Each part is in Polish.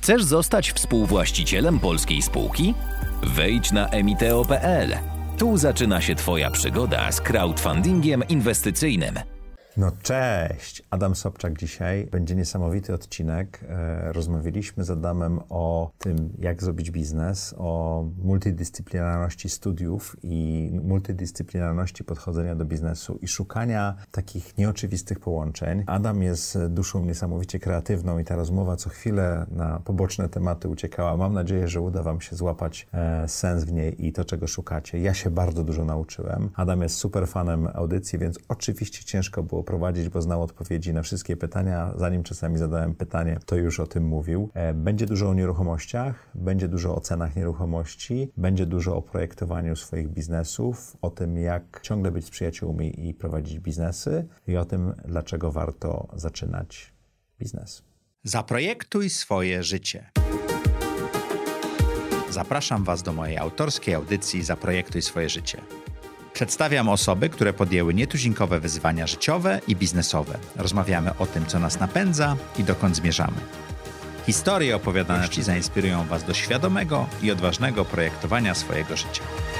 Chcesz zostać współwłaścicielem polskiej spółki? Wejdź na emiteo.pl. Tu zaczyna się Twoja przygoda z crowdfundingiem inwestycyjnym. No cześć! Adam Sobczak dzisiaj. Będzie niesamowity odcinek. Rozmawialiśmy z Adamem o tym, jak zrobić biznes, o multidyscyplinarności studiów i multidyscyplinarności podchodzenia do biznesu i szukania takich nieoczywistych połączeń. Adam jest duszą niesamowicie kreatywną i ta rozmowa co chwilę na poboczne tematy uciekała. Mam nadzieję, że uda Wam się złapać sens w niej i to, czego szukacie. Ja się bardzo dużo nauczyłem. Adam jest super fanem audycji, więc oczywiście ciężko było prowadzić, bo znał odpowiedzi na wszystkie pytania. Zanim czasami zadałem pytanie, to już o tym mówił. Będzie dużo o nieruchomościach, będzie dużo o cenach nieruchomości, będzie dużo o projektowaniu swoich biznesów, o tym, jak ciągle być z przyjaciółmi i prowadzić biznesy i o tym, dlaczego warto zaczynać biznes. Zaprojektuj swoje życie. Zapraszam Was do mojej autorskiej audycji Zaprojektuj swoje życie. Przedstawiam osoby, które podjęły nietuzinkowe wyzwania życiowe i biznesowe. Rozmawiamy o tym, co nas napędza i dokąd zmierzamy. Historie opowiadane Ci zainspirują Was do świadomego i odważnego projektowania swojego życia.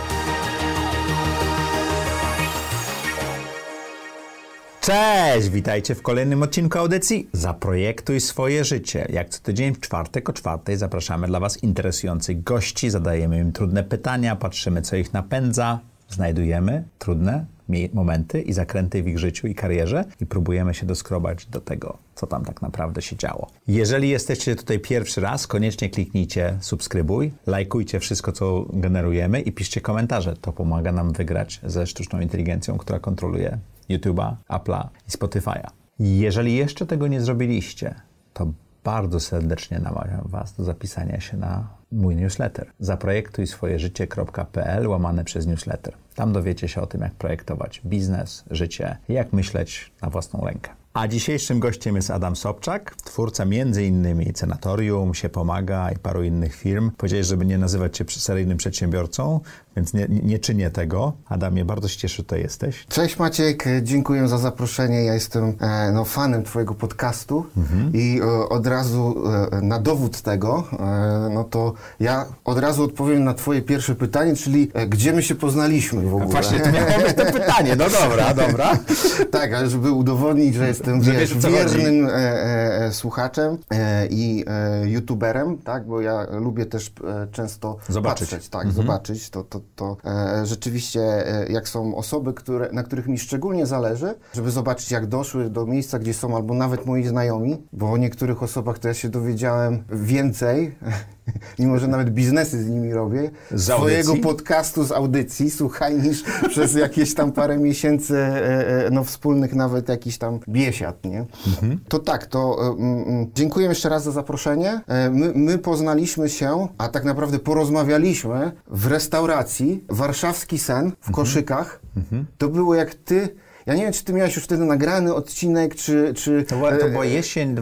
Cześć! Witajcie w kolejnym odcinku audycji Zaprojektuj swoje życie. Jak co tydzień w czwartek o 4:00 zapraszamy dla Was interesujących gości, zadajemy im trudne pytania, patrzymy, co ich napędza, znajdujemy trudne momenty i zakręty w ich życiu i karierze i próbujemy się doskrobać do tego, co tam tak naprawdę się działo. Jeżeli jesteście tutaj pierwszy raz, koniecznie kliknijcie subskrybuj, lajkujcie wszystko, co generujemy i piszcie komentarze. To pomaga nam wygrać ze sztuczną inteligencją, która kontroluje YouTube'a, Apple'a i Spotify'a. Jeżeli jeszcze tego nie zrobiliście, to bardzo serdecznie namawiam Was do zapisania się na mój newsletter. zaprojektujswojeżycie.pl/newsletter. Tam dowiecie się o tym, jak projektować biznes, życie i jak myśleć na własną rękę. A dzisiejszym gościem jest Adam Sobczak, twórca m.in. Cenatorium, Się Pomaga i paru innych firm. Powiedziałeś, żeby nie nazywać się seryjnym przedsiębiorcą, więc nie czynię tego. Adamie, bardzo się cieszę, że tutaj jesteś. Cześć Maciek, dziękuję za zaproszenie. Ja jestem fanem Twojego podcastu i od razu na dowód tego, no to ja od razu odpowiem na Twoje pierwsze pytanie, czyli gdzie my się poznaliśmy w ogóle? Właśnie, to miało być to pytanie. No dobra. Tak, ale żeby udowodnić, że jestem wiernym słuchaczem i youtuberem, tak, bo ja lubię też często patrzeć, zobaczyć to rzeczywiście, jak są osoby, na których mi szczególnie zależy, żeby zobaczyć, jak doszły do miejsca, gdzie są, albo nawet moi znajomi, bo o niektórych osobach to ja się dowiedziałem więcej, mimo że nawet biznesy z nimi robię, z swojego podcastu, z audycji, słuchaj, niż przez jakieś tam parę miesięcy wspólnych nawet jakichś tam biesiad, nie? To tak, dziękuję jeszcze raz za zaproszenie. My poznaliśmy się, a tak naprawdę porozmawialiśmy w restauracji Warszawski Sen w Koszykach. To było jak ty... Ja nie wiem, czy ty miałeś już wtedy nagrany odcinek, czy... To była jesień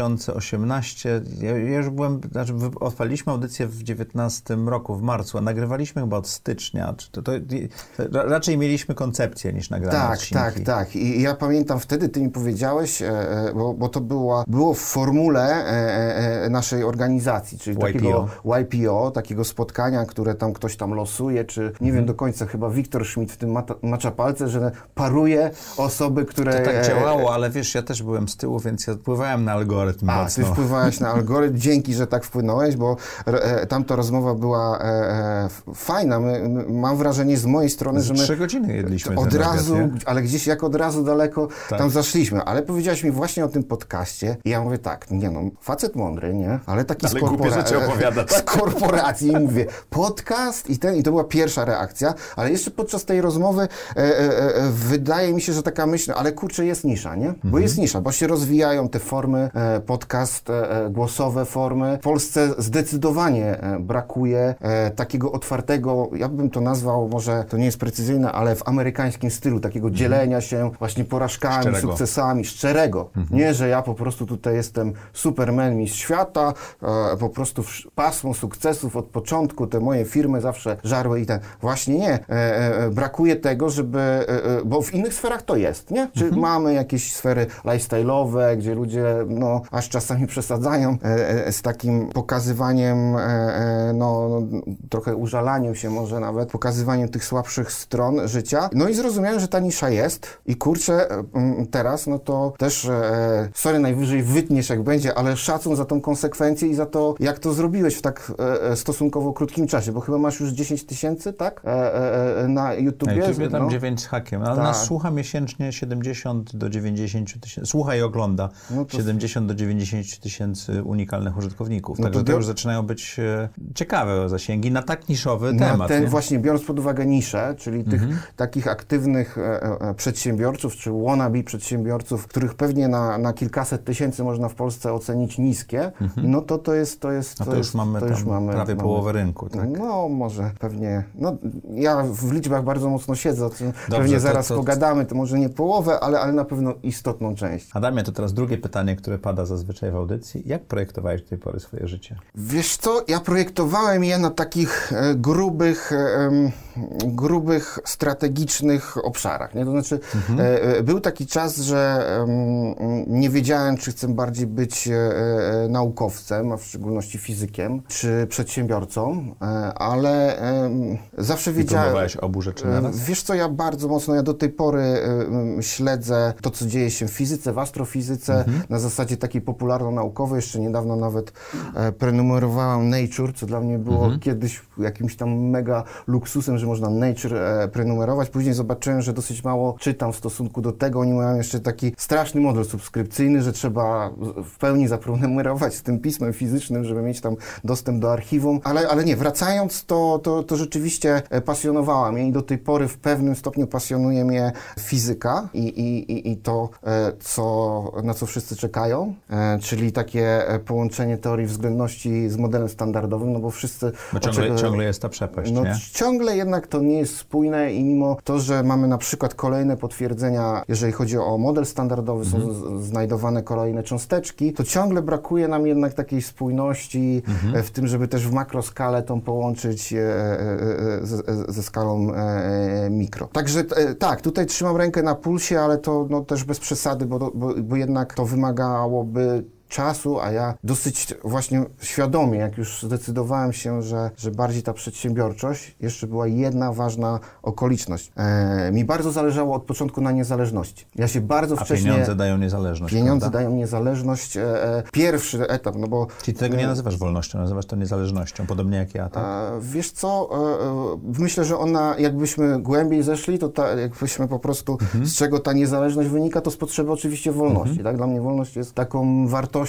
2018. Ja już byłem... odpaliliśmy audycję w 2019 roku, w marcu, a nagrywaliśmy chyba od stycznia. Raczej mieliśmy koncepcję niż nagrane odcinki. Tak. I ja pamiętam, wtedy ty mi powiedziałeś, bo to było w formule naszej organizacji, czyli takiego YPO, takiego spotkania, które tam ktoś tam losuje, czy nie wiem do końca, chyba Wiktor Schmidt w tym macza palce, że paruje osoby, które... To tak działało, ale wiesz, ja też byłem z tyłu, więc ja wpływałem na algorytm mocno. Ty wpływałeś na algorytm, dzięki, że tak wpłynąłeś, bo tamta rozmowa była fajna. Mam wrażenie z mojej strony, że my 3 godziny jedliśmy od razu, ale gdzieś od razu daleko tam zaszliśmy. Ale powiedziałeś mi właśnie o tym podcaście i ja mówię tak, facet mądry, nie? Ale taki z korporacji i mówię, podcast i to była pierwsza reakcja, ale jeszcze podczas tej rozmowy wydaje mi się, że taka myśl, ale kurczę, jest nisza, nie? Bo jest nisza, bo się rozwijają te formy, podcast, głosowe formy. W Polsce zdecydowanie brakuje takiego otwartego, ja bym to nazwał, może to nie jest precyzyjne, ale w amerykańskim stylu, takiego dzielenia się właśnie porażkami, sukcesami, szczerego. Nie, że ja po prostu tutaj jestem Superman, mistrz świata, po prostu pasmo sukcesów od początku, te moje firmy zawsze żarły i ten. Właśnie nie. Brakuje tego, żeby, bo w innych sferach sferach to jest, nie? Czy mamy jakieś sfery lifestyle'owe, gdzie ludzie, no, aż czasami przesadzają z takim pokazywaniem, trochę użalaniem się może nawet, pokazywaniem tych słabszych stron życia. No i zrozumiałem, że ta nisza jest i kurczę, teraz, no to też, sorry, najwyżej wytniesz jak będzie, ale szacun za tą konsekwencję i za to, jak to zrobiłeś w tak stosunkowo krótkim czasie, bo chyba masz już 10 000, tak? Na YouTubie. Na YouTubie tam 9 z hakiem, ale nas słucha miesięcznie 70 do 90 tysięcy, słucha i ogląda 70 do 90 tysięcy unikalnych użytkowników, także to już zaczynają być ciekawe zasięgi na tak niszowy temat. Właśnie biorąc pod uwagę niszę, czyli tych takich aktywnych przedsiębiorców, czy wannabe przedsiębiorców, których pewnie na kilkaset tysięcy można w Polsce ocenić niskie, no to jest... To już mamy prawie połowę rynku, tak? No może pewnie, ja w liczbach bardzo mocno siedzę, o tym pewnie zaraz pogadamy, to może nie połowę, ale na pewno istotną część. Adamie, to teraz drugie pytanie, które pada zazwyczaj w audycji. Jak projektowałeś do tej pory swoje życie? Wiesz co, ja projektowałem je na takich grubych, strategicznych obszarach, nie? To znaczy, był taki czas, że nie wiedziałem, czy chcę bardziej być naukowcem, a w szczególności fizykiem, czy przedsiębiorcą, ale zawsze wiedziałem... Próbowałeś obu rzeczy naraz? Wiesz co, ja bardzo mocno, ja do tej pory śledzę to, co dzieje się w fizyce, w astrofizyce, na zasadzie takiej popularno-naukowej. Jeszcze niedawno nawet prenumerowałem Nature, co dla mnie było kiedyś jakimś tam mega luksusem, że można Nature prenumerować. Później zobaczyłem, że dosyć mało czytam w stosunku do tego. Oni mają jeszcze taki straszny model subskrypcyjny, że trzeba w pełni zaprenumerować z tym pismem fizycznym, żeby mieć tam dostęp do archiwum. Ale nie, wracając, to rzeczywiście pasjonowała mnie i do tej pory w pewnym stopniu pasjonuje mnie fizyka i to, na co wszyscy czekają, czyli takie połączenie teorii względności z modelem standardowym, no bo wszyscy... Bo ciągle jest ta przepaść, nie? Ciągle jednak to nie jest spójne i mimo to, że mamy na przykład kolejne potwierdzenia, jeżeli chodzi o model standardowy, są znajdowane kolejne cząsteczki, to ciągle brakuje nam jednak takiej spójności w tym, żeby też w makroskalę tą połączyć ze skalą mikro. Także tak, tutaj trzymam rękę na pulsie, ale to też bez przesady, bo jednak to wymagałoby czasu, a ja dosyć właśnie świadomie, jak już zdecydowałem się, że bardziej ta przedsiębiorczość, jeszcze była jedna ważna okoliczność. Mi bardzo zależało od początku na niezależności. Ja się bardzo wcześnie... A pieniądze dają niezależność, Pieniądze dają niezależność. Pierwszy etap, no bo... Czyli tego nie nazywasz wolnością, nazywasz to niezależnością, podobnie jak ja, tak? Wiesz co, myślę, że ona, jakbyśmy głębiej zeszli, to jakbyśmy po prostu, z czego ta niezależność wynika, to z potrzeby oczywiście wolności, tak? Dla mnie wolność jest taką wartością,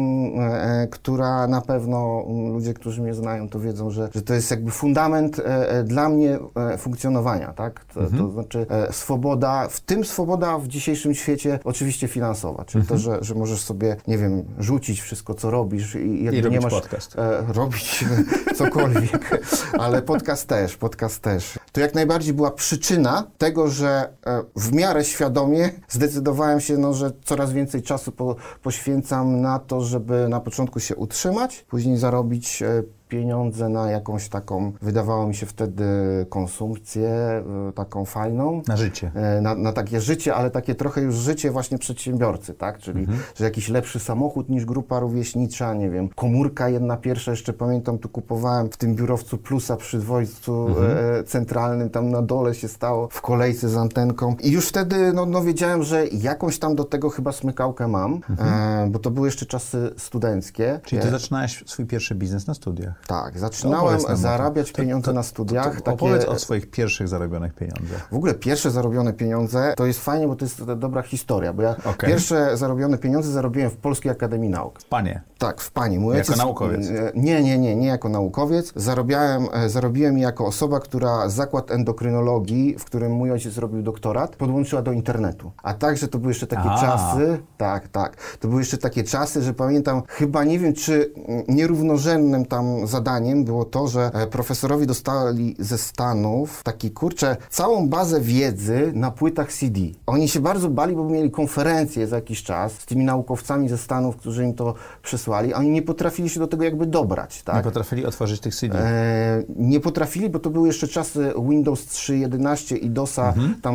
która na pewno ludzie, którzy mnie znają, to wiedzą, że to jest jakby fundament dla mnie funkcjonowania, tak? To znaczy swoboda, w tym swoboda w dzisiejszym świecie oczywiście finansowa, czyli to, że możesz sobie, nie wiem, rzucić wszystko, co robisz i jakby nie masz... podcast. Robić cokolwiek, ale podcast też. To jak najbardziej była przyczyna tego, że w miarę świadomie zdecydowałem się, że coraz więcej czasu poświęcam na to, żeby na początku się utrzymać, później zarobić pieniądze na jakąś taką, wydawało mi się wtedy, konsumpcję taką fajną. Na życie. Na takie życie, ale takie trochę już życie właśnie przedsiębiorcy, tak? Czyli, że jakiś lepszy samochód niż grupa rówieśnicza, nie wiem, komórka jedna pierwsza, jeszcze pamiętam, tu kupowałem w tym biurowcu Plusa przy dworcu centralnym, tam na dole się stało, w kolejce z antenką. I już wtedy, wiedziałem, że jakąś tam do tego chyba smykałkę mam, bo to były jeszcze czasy studenckie. Czyli ty zaczynałeś swój pierwszy biznes na studiach. Tak, zaczynałem zarabiać pieniądze na studiach. Opowiedz o swoich pierwszych zarobionych pieniądzach. W ogóle pierwsze zarobione pieniądze to jest fajnie, bo to jest dobra historia, bo ja pierwsze zarobione pieniądze zarobiłem w Polskiej Akademii Nauk. W Panie? Tak, w Panie. Jako naukowiec? Nie jako naukowiec. Zarobiłem jako osoba, która zakład endokrynologii, w którym mój ojciec robił doktorat, podłączyła do internetu. A także to były jeszcze takie czasy, tak, to były jeszcze takie czasy, że pamiętam, chyba nie wiem, czy nierównorzędnym tam zadaniem było to, że profesorowie dostali ze Stanów taki, całą bazę wiedzy na płytach CD. Oni się bardzo bali, bo mieli konferencję za jakiś czas z tymi naukowcami ze Stanów, którzy im to przysłali, a oni nie potrafili się do tego jakby dobrać. Tak? Nie potrafili otworzyć tych CD. Nie potrafili, bo to były jeszcze czasy Windows 3.11 i DOSa tam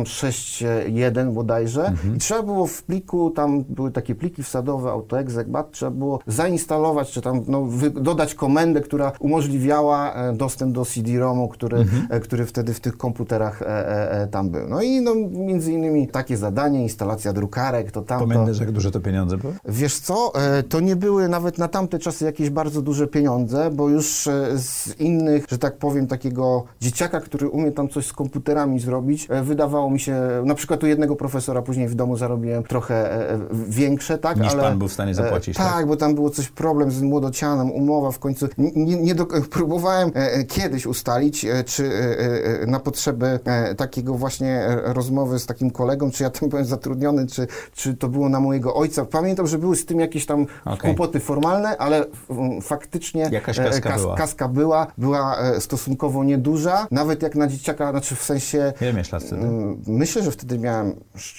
6.1 bodajże. I trzeba było w pliku, tam były takie pliki wsadowe, AutoExec, trzeba było zainstalować, czy tam dodać komendę, która umożliwiała dostęp do CD-ROMu, który wtedy w tych komputerach tam był. No i między innymi takie zadanie, instalacja drukarek, to tamto. Pamiętasz, jak duże to pieniądze były? Wiesz co, to nie były nawet na tamte czasy jakieś bardzo duże pieniądze, bo już z innych, że tak powiem, takiego dzieciaka, który umie tam coś z komputerami zrobić, wydawało mi się, na przykład u jednego profesora później w domu zarobiłem trochę większe, tak? Niż pan był w stanie zapłacić, tak? Tak, bo tam było coś problem z młodocianem, umowa w końcu. Próbowałem kiedyś ustalić, czy na potrzeby takiego właśnie rozmowy z takim kolegą, czy ja tam byłem zatrudniony, czy to było na mojego ojca. Pamiętam, że były z tym jakieś tam kłopoty formalne, ale faktycznie jakaś kaska była stosunkowo nieduża, nawet jak na dzieciaka, znaczy w sensie... Ile miałeś lat wtedy? Myślę, że wtedy miałem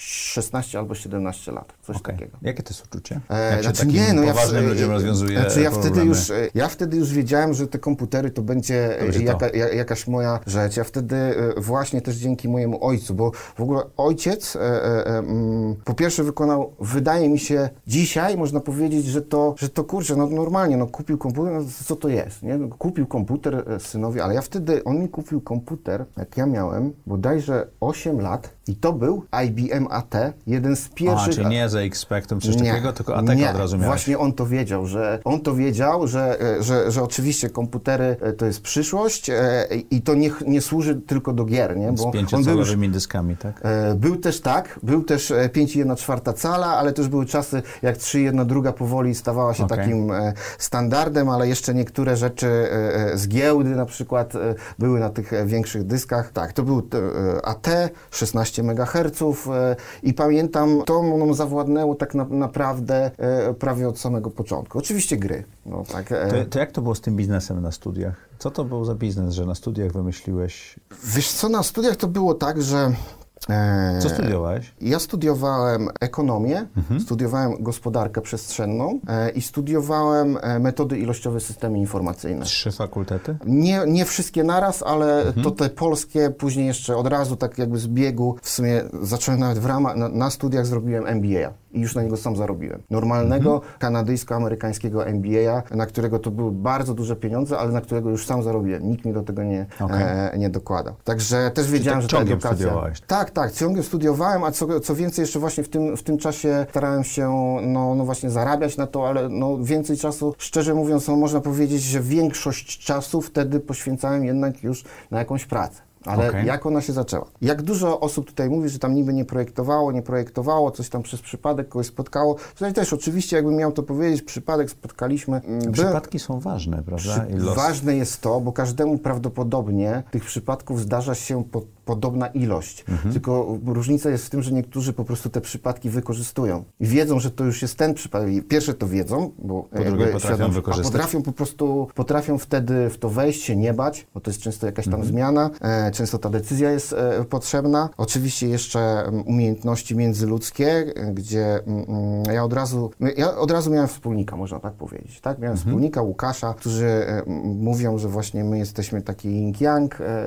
16 albo 17 lat, coś takiego. Jakie to jest uczucie? Jak się takim poważnym ludziom rozwiązuje ja wtedy już wiedziałem, że te komputery to będzie jakaś moja rzecz. Ja wtedy właśnie też dzięki mojemu ojcu, bo w ogóle ojciec po pierwsze wykonał, wydaje mi się, dzisiaj można powiedzieć, że to normalnie, kupił komputer, co to jest, nie? Kupił komputer synowi, ale ja wtedy, on mi kupił komputer, jak ja miałem bodajże 8 lat i to był IBM AT, jeden z pierwszych... czyli nie ZX Spectrum, czy coś takiego, tylko AT od razu miałeś. Właśnie on to wiedział, że oczywiście komputery to jest przyszłość i to nie służy tylko do gier, nie? Bo z 5-calowymi dyskami, tak? Był też 5,1/4 cala, ale też były czasy, jak 3,1/2 powoli stawała się takim standardem, ale jeszcze niektóre rzeczy z giełdy na przykład były na tych większych dyskach. Tak, to był AT, 16 MHz i pamiętam, to mną zawładnęło tak naprawdę prawie od samego początku. Oczywiście gry. No, tak. To jak to było z tym biznesem na studiach? Co to był za biznes, że na studiach wymyśliłeś? Wiesz co, na studiach to było tak, że... Co studiowałeś? Ja studiowałem ekonomię, studiowałem gospodarkę przestrzenną i studiowałem metody ilościowe, systemy informacyjne. 3 fakultety? Nie wszystkie naraz, ale to te polskie, później jeszcze od razu tak jakby z biegu, w sumie zacząłem nawet na studiach zrobiłem MBA i już na niego sam zarobiłem. Normalnego, kanadyjsko-amerykańskiego MBA, na którego to były bardzo duże pieniądze, ale na którego już sam zarobiłem. Nikt mi do tego nie dokładał. Także też wiedziałem, że ta edukacja... Studiowałeś? Tak, ciągle studiowałem, a co więcej jeszcze właśnie w tym czasie starałem się właśnie zarabiać na to, ale więcej czasu, szczerze mówiąc, można powiedzieć, że większość czasu wtedy poświęcałem jednak już na jakąś pracę. Ale jak ona się zaczęła? Jak dużo osób tutaj mówi, że tam niby nie projektowało, coś tam przez przypadek kogoś spotkało. Tutaj też oczywiście, jakbym miał to powiedzieć, przypadek spotkaliśmy. Przypadki są ważne, prawda? Ważne jest to, bo każdemu prawdopodobnie tych przypadków zdarza się podobna ilość. Tylko różnica jest w tym, że niektórzy po prostu te przypadki wykorzystują. I wiedzą, że to już jest ten przypadek. Pierwsze to wiedzą, bo po drugie potrafią wykorzystać. Potrafią wtedy w to wejść, się nie bać, bo to jest często jakaś tam zmiana. Często ta decyzja jest potrzebna. Oczywiście jeszcze umiejętności międzyludzkie, gdzie ja od razu miałem wspólnika, można tak powiedzieć. Tak? Miałem wspólnika, Łukasza, którzy mówią, że właśnie my jesteśmy taki yin-yang,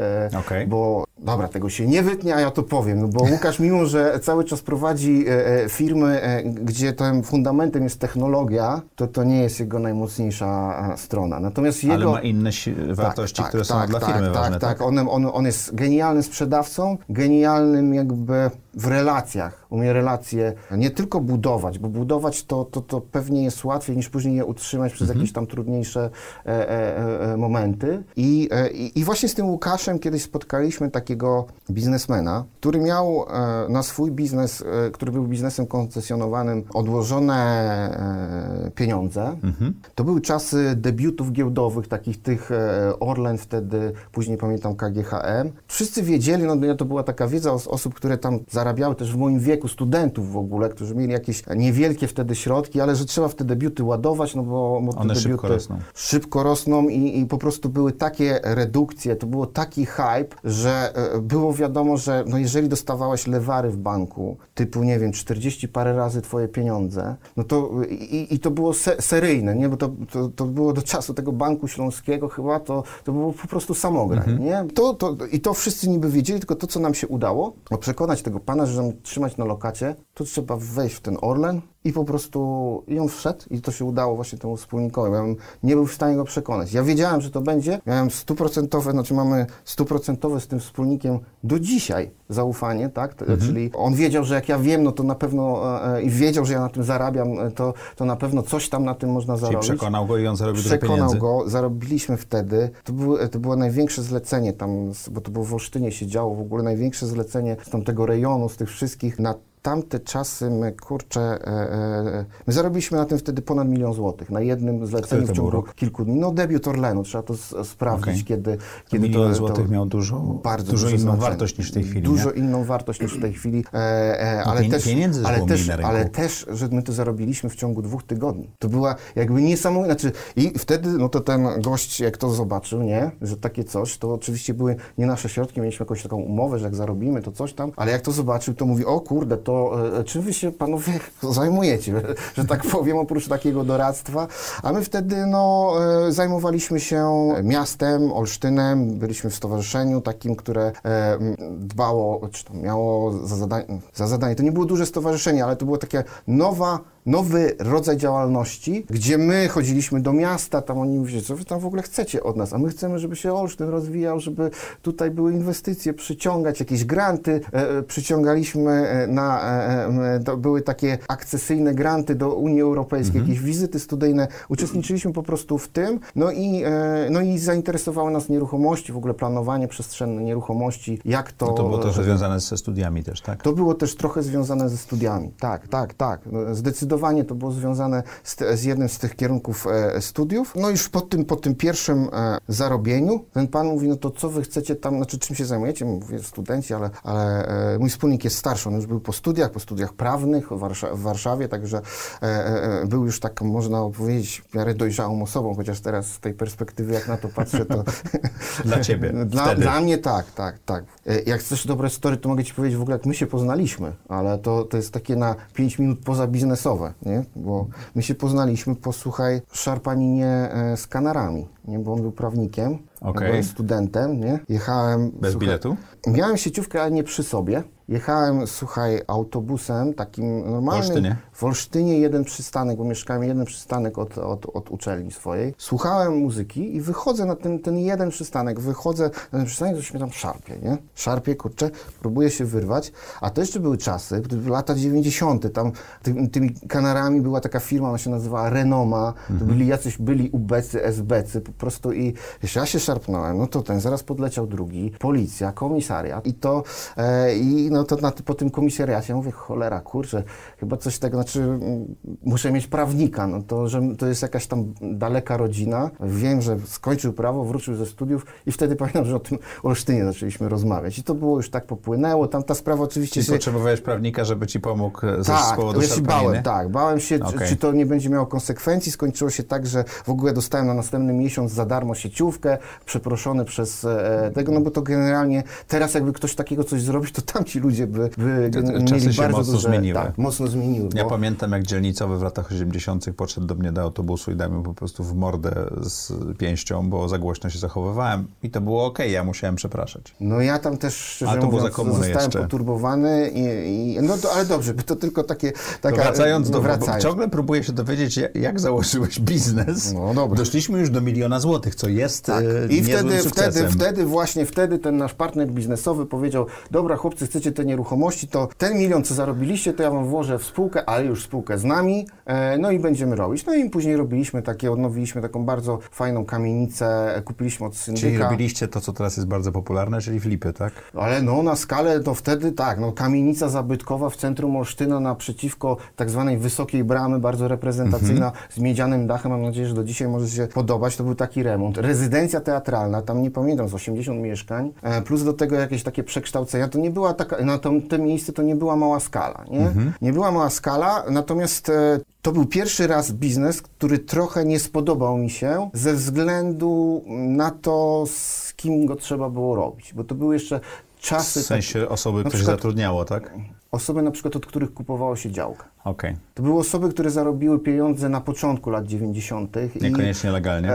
bo dobra, tego się nie wytnie, a ja to powiem, bo Łukasz, mimo że cały czas prowadzi firmy, gdzie tym fundamentem jest technologia, to nie jest jego najmocniejsza strona. Natomiast ale ma inne wartości, które są dla firmy ważne. Tak. On jest genialnym sprzedawcą, genialnym jakby w relacjach. Umie relacje nie tylko budować, bo budować to pewnie jest łatwiej niż później je utrzymać przez jakieś tam trudniejsze momenty. I właśnie z tym Łukaszem kiedyś spotkaliśmy takiego biznesmena, który miał na swój biznes, który był biznesem koncesjonowanym, odłożone pieniądze. To były czasy debiutów giełdowych, takich tych Orlen wtedy, później pamiętam KGHM. Wszyscy wiedzieli, to była taka wiedza osób, które tam zarabiały też w moim wieku, wieku, studentów w ogóle, którzy mieli jakieś niewielkie wtedy środki, ale że trzeba w te debiuty ładować, no bo one te szybko rosną. Szybko rosną i po prostu były takie redukcje, to było taki hype, że było wiadomo, że no jeżeli dostawałeś lewary w banku, typu, nie wiem, 40 parę razy twoje pieniądze, no to i to było seryjne, nie? Bo to było do czasu tego Banku Śląskiego chyba, to było po prostu samograj, nie? I to wszyscy niby wiedzieli, tylko to, co nam się udało, przekonać tego pana, że żeby trzymać na lokacie, to trzeba wejść w ten Orlen i po prostu on wszedł i to się udało właśnie temu wspólnikowi. Ja nie był w stanie go przekonać. Ja wiedziałem, że to będzie. Miałem 100%, znaczy mamy 100% z tym wspólnikiem do dzisiaj zaufanie, tak? Czyli on wiedział, że jak ja wiem, no to na pewno i wiedział, że ja na tym zarabiam, to na pewno coś tam na tym można zarobić. Czyli przekonał go i on zarobił dużo pieniędzy. Przekonał go, zarobiliśmy wtedy. To było największe zlecenie tam, bo to było w Olsztynie się działo, w ogóle największe zlecenie z tamtego rejonu, z tych wszystkich na tamte czasy my zarobiliśmy na tym wtedy ponad 1 000 000 złotych na jednym zleceniu w ciągu kilku dni. No debiut Orlenu, trzeba to sprawdzić, kiedy 1 000 000 złotych miał dużo inną wartość niż w tej chwili. Dużo inną wartość niż w tej chwili, ale też, że my to zarobiliśmy w ciągu 2 tygodni. To była jakby niesamowita, znaczy i wtedy, no to ten gość, jak to zobaczył, nie, że takie coś, to oczywiście były nie nasze środki, mieliśmy jakąś taką umowę, że jak zarobimy, to coś tam, ale jak to zobaczył, to mówi, o kurde, to czym wy się panowie zajmujecie, że tak powiem, oprócz takiego doradztwa, a my wtedy zajmowaliśmy się miastem, Olsztynem, byliśmy w stowarzyszeniu takim, które dbało, czy to miało za zadanie, to nie było duże stowarzyszenie, ale to było takie nowy rodzaj działalności, gdzie my chodziliśmy do miasta, tam oni mówili, co wy tam w ogóle chcecie od nas, a my chcemy, żeby się Olsztyn rozwijał, żeby tutaj były inwestycje, przyciągać jakieś granty, przyciągaliśmy były takie akcesyjne granty do Unii Europejskiej, jakieś wizyty studyjne, uczestniczyliśmy po prostu w tym, no i zainteresowały nas nieruchomości, w ogóle planowanie przestrzenne nieruchomości, jak to... No to było trochę związane ze studiami też, tak? To było też trochę związane ze studiami, tak. Zdecydowanie to było związane z jednym z tych kierunków studiów. No już po tym pierwszym zarobieniu ten pan mówi, no to co wy chcecie tam, znaczy czym się zajmujecie? Mówię, studenci, ale mój wspólnik jest starszy, on już był po studiach prawnych w Warszawie, także był już taką, można powiedzieć, w miarę dojrzałą osobą, chociaż teraz z tej perspektywy, jak na to patrzę, to... Dla ciebie Dla mnie tak. Jak chcesz dobre story, to mogę ci powiedzieć w ogóle, jak my się poznaliśmy, ale to jest takie na 5 minut poza biznesowe, nie? Bo my się poznaliśmy po, szarpaninie z Kanarami, nie? Bo on był prawnikiem, byłem studentem, nie? Jechałem... Bez biletu? Miałem sieciówkę, ale nie przy sobie. Jechałem, autobusem takim normalnym. W Olsztynie jeden przystanek, bo mieszkałem jeden przystanek od uczelni swojej. Słuchałem muzyki i wychodzę na ten jeden przystanek. Coś mnie tam szarpie, nie? Szarpie, kurczę, próbuję się wyrwać. A to jeszcze były czasy, lata 90. Tam tymi Kanarami była taka firma, ona się nazywała Renoma. To byli jacyś ubecy, esbecy po prostu i ja się szarpnąłem. No to zaraz podleciał drugi, policja, komisariat i to po tym komisariacie mówię, cholera, kurczę, chyba coś tego, znaczy muszę mieć prawnika, no to, że to jest jakaś tam daleka rodzina. Wiem, że skończył prawo, wrócił ze studiów i wtedy pamiętam, że o tym Olsztynie zaczęliśmy rozmawiać. I to było już tak popłynęło, tam ta sprawa oczywiście... Czyli potrzebowałeś prawnika, żeby ci pomógł z powodu szarpaniny? Bałem się, czy to nie będzie miało konsekwencji. Skończyło się tak, że w ogóle dostałem na następny miesiąc za darmo sieciówkę, przeproszony przez tego, no bo to generalnie teraz jakby ktoś takiego coś zrobił, to tamci ludzie by mieli bardzo mocno zmieniły. Tak, mocno zmieniły. Ja pamiętam, jak dzielnicowy w latach 80. podszedł do mnie do autobusu i dał mi po prostu w mordę z pięścią, bo za głośno się zachowywałem i to było okej, ja musiałem przepraszać. No ja tam też, szczerze mówiąc, zostałem poturbowany ale dobrze, to tylko takie... Wracając, ciągle próbuję się dowiedzieć, jak założyłeś biznes. No dobra. Doszliśmy już do 1 000 000 złotych, co jest niezłym sukcesem. Wtedy ten nasz partner biznesowy powiedział, dobra chłopcy, chcecie te nieruchomości, to ten 1 000 000, co zarobiliście, to ja wam włożę w spółkę, ale już spółkę z nami, no i będziemy robić. No i później odnowiliśmy taką bardzo fajną kamienicę, kupiliśmy od syndyka. Czyli robiliście to, co teraz jest bardzo popularne, czyli flipy, tak? Ale na skalę to wtedy kamienica zabytkowa w centrum Olsztyna naprzeciwko tak zwanej Wysokiej Bramy, bardzo reprezentacyjna, z miedzianym dachem, mam nadzieję, że do dzisiaj może się podobać, to był taki remont. Rezydencja teatralna, tam nie pamiętam, z 80 mieszkań, plus do tego jakieś takie przekształcenia, to nie była taka, na to miejsce to nie była mała skala, nie? Nie była mała skala, natomiast to był pierwszy raz biznes, który trochę nie spodobał mi się ze względu na to, z kim go trzeba było robić, bo to były jeszcze czasy... W sensie osoby, które się zatrudniało, tak? Osoby na przykład, od których kupowało się działkę. Okay. To były osoby, które zarobiły pieniądze na początku lat 90. Niekoniecznie legalnie.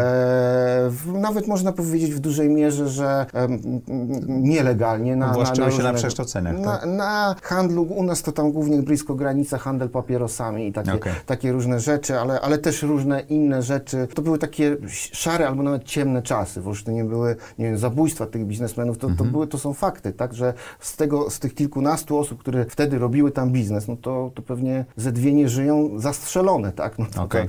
Nawet można powiedzieć w dużej mierze, że nielegalnie. Właszczyły się na przekształceniach, tak? Na handlu, u nas to tam głównie blisko granica, handel papierosami i takie różne rzeczy, ale też różne inne rzeczy. To były takie szare albo nawet ciemne czasy. W Olsztynie były, nie wiem, zabójstwa tych biznesmenów. To są fakty, tak, że z tych kilkunastu osób, które wtedy robiły tam biznes, no to pewnie ze dwie nie żyją zastrzelone, tak? No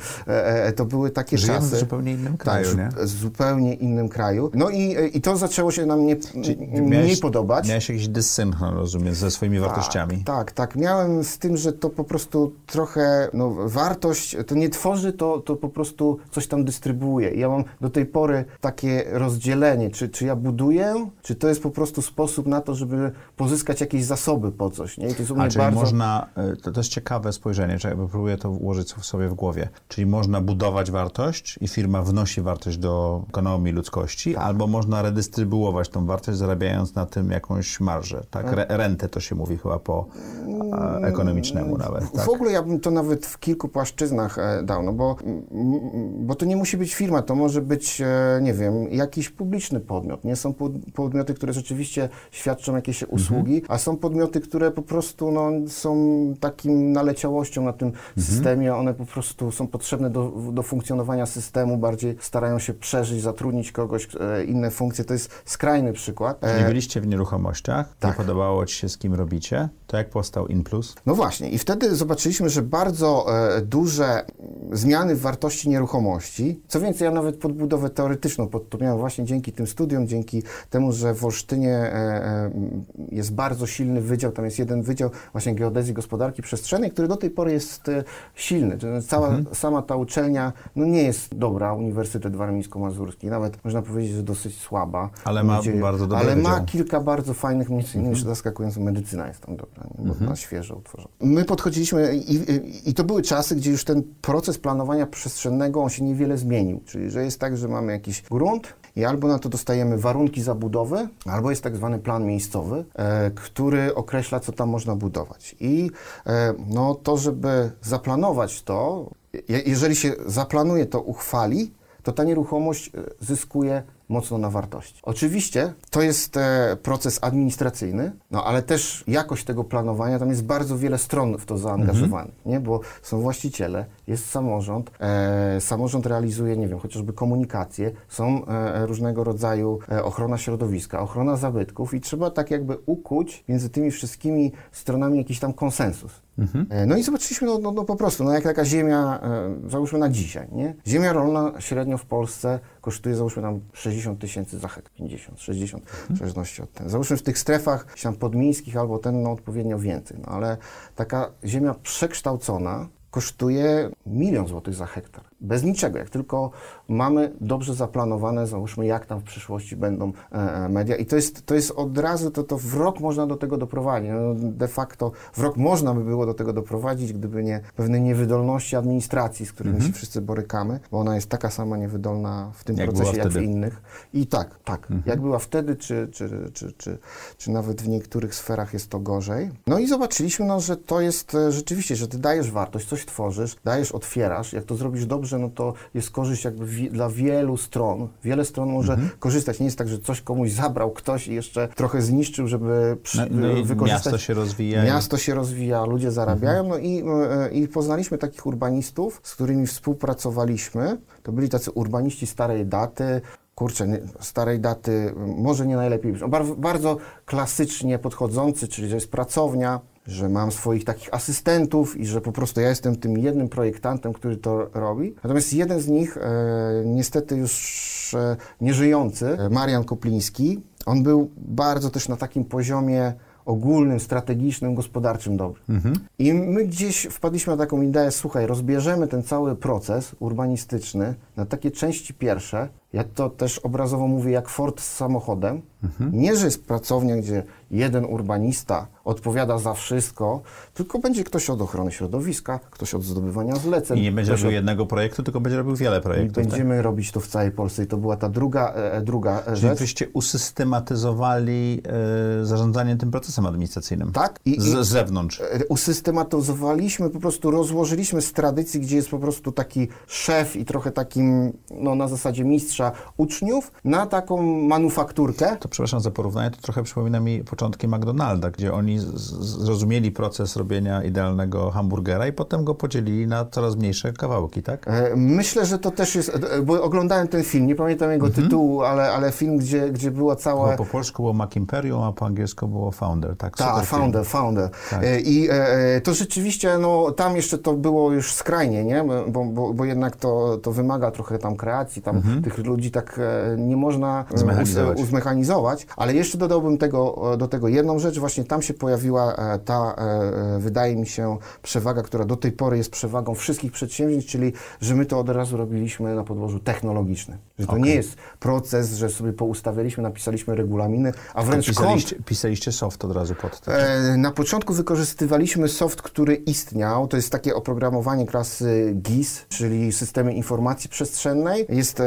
to były takie Żyjemy czasy. w zupełnie innym kraju, nie? W zupełnie innym kraju. No i to zaczęło się nam mniej podobać. Miałeś jakiś dysynchron, rozumiem, ze swoimi wartościami. Tak. Miałem z tym, że to po prostu trochę, wartość, to nie tworzy, to po prostu coś tam dystrybuuje. I ja mam do tej pory takie rozdzielenie, czy ja buduję, czy to jest po prostu sposób na to, żeby pozyskać jakieś zasoby po coś, nie? I to jest u mnie czyli można, to jest ciekawe spojrzenie, próbuję to ułożyć sobie w głowie. Czyli można budować wartość i firma wnosi wartość do ekonomii ludzkości, albo można redystrybuować tą wartość, zarabiając na tym jakąś marżę, tak? Rentę to się mówi chyba po ekonomicznemu nawet. Tak? W ogóle ja bym to nawet w kilku płaszczyznach dał, bo to nie musi być firma, to może być, nie wiem, jakiś publiczny podmiot, nie? Są podmioty, które rzeczywiście świadczą jakieś usługi, a są podmioty, które po prostu są takim naleciałością na tym systemie, one po prostu są potrzebne do funkcjonowania systemu, bardziej starają się przeżyć, zatrudnić kogoś, inne funkcje. To jest skrajny przykład. Czyli byliście w nieruchomościach, tak. Nie podobało ci się, z kim robicie, to jak powstał InPlus? No właśnie i wtedy zobaczyliśmy, że bardzo duże zmiany w wartości nieruchomości, co więcej, ja nawet podbudowę teoretyczną to miałem właśnie dzięki tym studiom, dzięki temu, że w Olsztynie jest bardzo silny wydział, tam jest jeden wydział właśnie geodezji gospodarki przestrzennej, który do tej pory jest silny. Sama ta uczelnia nie jest dobra, Uniwersytet Warmińsko-Mazurski, nawet można powiedzieć, że dosyć słaba. Ale ma bardzo dobry wydział. Ma kilka bardzo fajnych, między innymi jeszcze zaskakująco medycyna jest tam dobra, bo na świeżo utworzona. My podchodziliśmy i to były czasy, gdzie już ten proces planowania przestrzennego, on się niewiele zmienił, czyli że jest tak, że mamy jakiś grunt i albo na to dostajemy warunki zabudowy, albo jest tak zwany plan miejscowy, który określa, co tam można budować. I to, żeby zaplanować to, jeżeli się zaplanuje to, uchwali, to ta nieruchomość zyskuje mocno na wartości. Oczywiście to jest proces administracyjny, ale też jakość tego planowania, tam jest bardzo wiele stron w to zaangażowanych, nie? Bo są właściciele, jest samorząd, samorząd realizuje, nie wiem, chociażby komunikację, są różnego rodzaju ochrona środowiska, ochrona zabytków i trzeba tak jakby ukuć między tymi wszystkimi stronami jakiś tam konsensus. No i zobaczyliśmy, po prostu, jak taka ziemia, załóżmy na dzisiaj, nie? Ziemia rolna średnio w Polsce kosztuje, załóżmy tam 60 000 za hektar, 50, 60, w zależności od tego. Załóżmy w tych strefach podmiejskich albo odpowiednio więcej, ale taka ziemia przekształcona kosztuje 1 000 000 złotych za hektar. Bez niczego, jak tylko mamy dobrze zaplanowane, załóżmy, jak tam w przyszłości będą media. I to jest od razu, to w rok można do tego doprowadzić. De facto w rok można by było do tego doprowadzić, gdyby nie pewne niewydolności administracji, z którymi się wszyscy borykamy, bo ona jest taka sama niewydolna w tym procesie, jak w innych. I tak. Jak była wtedy, czy nawet w niektórych sferach jest to gorzej. No i zobaczyliśmy, że to jest rzeczywiście, że ty dajesz wartość, coś tworzysz, otwierasz. Jak to zrobisz dobrze, to jest korzyść jakby dla wielu stron. Wiele stron może korzystać. Nie jest tak, że coś komuś zabrał ktoś i jeszcze trochę zniszczył, żeby wykorzystać. Miasto się rozwija, ludzie zarabiają. I poznaliśmy takich urbanistów, z którymi współpracowaliśmy. To byli tacy urbaniści starej daty, starej daty, może nie najlepiej, bardzo klasycznie podchodzący, czyli że jest pracownia, że mam swoich takich asystentów i że po prostu ja jestem tym jednym projektantem, który to robi. Natomiast jeden z nich, niestety już nieżyjący, Marian Kopliński, on był bardzo też na takim poziomie ogólnym, strategicznym, gospodarczym dobrym. I my gdzieś wpadliśmy na taką ideę, słuchaj, rozbierzemy ten cały proces urbanistyczny na takie części pierwsze, Ja to też obrazowo mówię jak Ford z samochodem. Nie, że jest pracownia, gdzie jeden urbanista odpowiada za wszystko, tylko będzie ktoś od ochrony środowiska, ktoś od zdobywania zleceń. I nie będzie robił jednego projektu, tylko będzie robił wiele projektów. I będziemy robić to w całej Polsce i to była ta druga rzecz. Czyli wyście usystematyzowali zarządzanie tym procesem administracyjnym. Tak. Z zewnątrz. Usystematyzowaliśmy, po prostu rozłożyliśmy z tradycji, gdzie jest po prostu taki szef i trochę takim, no na zasadzie mistrza uczniów, na taką manufakturkę. To przepraszam za porównanie, to trochę przypomina mi początki McDonalda, gdzie oni zrozumieli proces robienia idealnego hamburgera i potem go podzielili na coraz mniejsze kawałki, tak? Myślę, że to też jest, bo oglądałem ten film, nie pamiętam jego tytułu, ale film, gdzie była cała... Po polsku było McImperium, a po angielsku było Founder, tak? Tak, Founder. Tak. I to rzeczywiście, no tam jeszcze to było już skrajnie, nie? Bo jednak to wymaga trochę tam kreacji, tam tych ludzi tak nie można uzmechanizować, ale jeszcze dodałbym do tego jedną rzecz, właśnie tam się pojawiła ta, wydaje mi się, przewaga, która do tej pory jest przewagą wszystkich przedsięwzięć, czyli, że my to od razu robiliśmy na podłożu technologicznym. Że to nie jest proces, że sobie poustawialiśmy, napisaliśmy regulaminy, a wręcz pisaliście soft od razu pod to. Na początku wykorzystywaliśmy soft, który istniał, to jest takie oprogramowanie klasy GIS, czyli Systemy Informacji Przestrzennej. Jest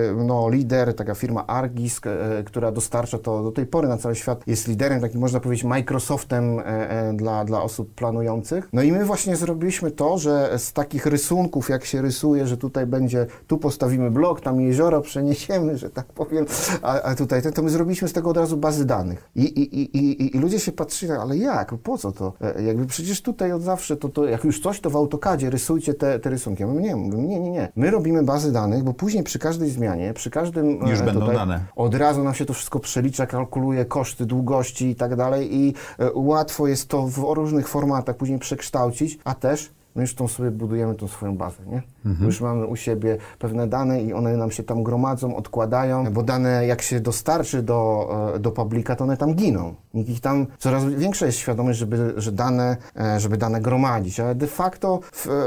lider, taka firma Argis, która dostarcza to do tej pory na cały świat, jest liderem, takim można powiedzieć Microsoftem dla osób planujących. No i my właśnie zrobiliśmy to, że z takich rysunków, jak się rysuje, że tutaj będzie, tu postawimy blok, tam jezioro przeniesiemy, że tak powiem, a tutaj, to my zrobiliśmy z tego od razu bazy danych. I ludzie się patrzyli, ale jak? Po co to? Jakby przecież tutaj od zawsze, to jak już coś, to w AutoCADzie rysujcie te rysunki. Ja mówię, nie. My robimy bazy danych, bo później przy każdej zmianie, przy każdym... Już będą dane. Od razu nam się to wszystko przelicza, kalkuluje koszty, długości i tak dalej i łatwo jest to w różnych formatach później przekształcić, a też my już sobie budujemy tą swoją bazę, nie? Już mamy u siebie pewne dane i one nam się tam gromadzą, odkładają, bo dane jak się dostarczy do publika, to one tam giną. Nikt ich tam, coraz większa jest świadomość, żeby dane gromadzić, ale de facto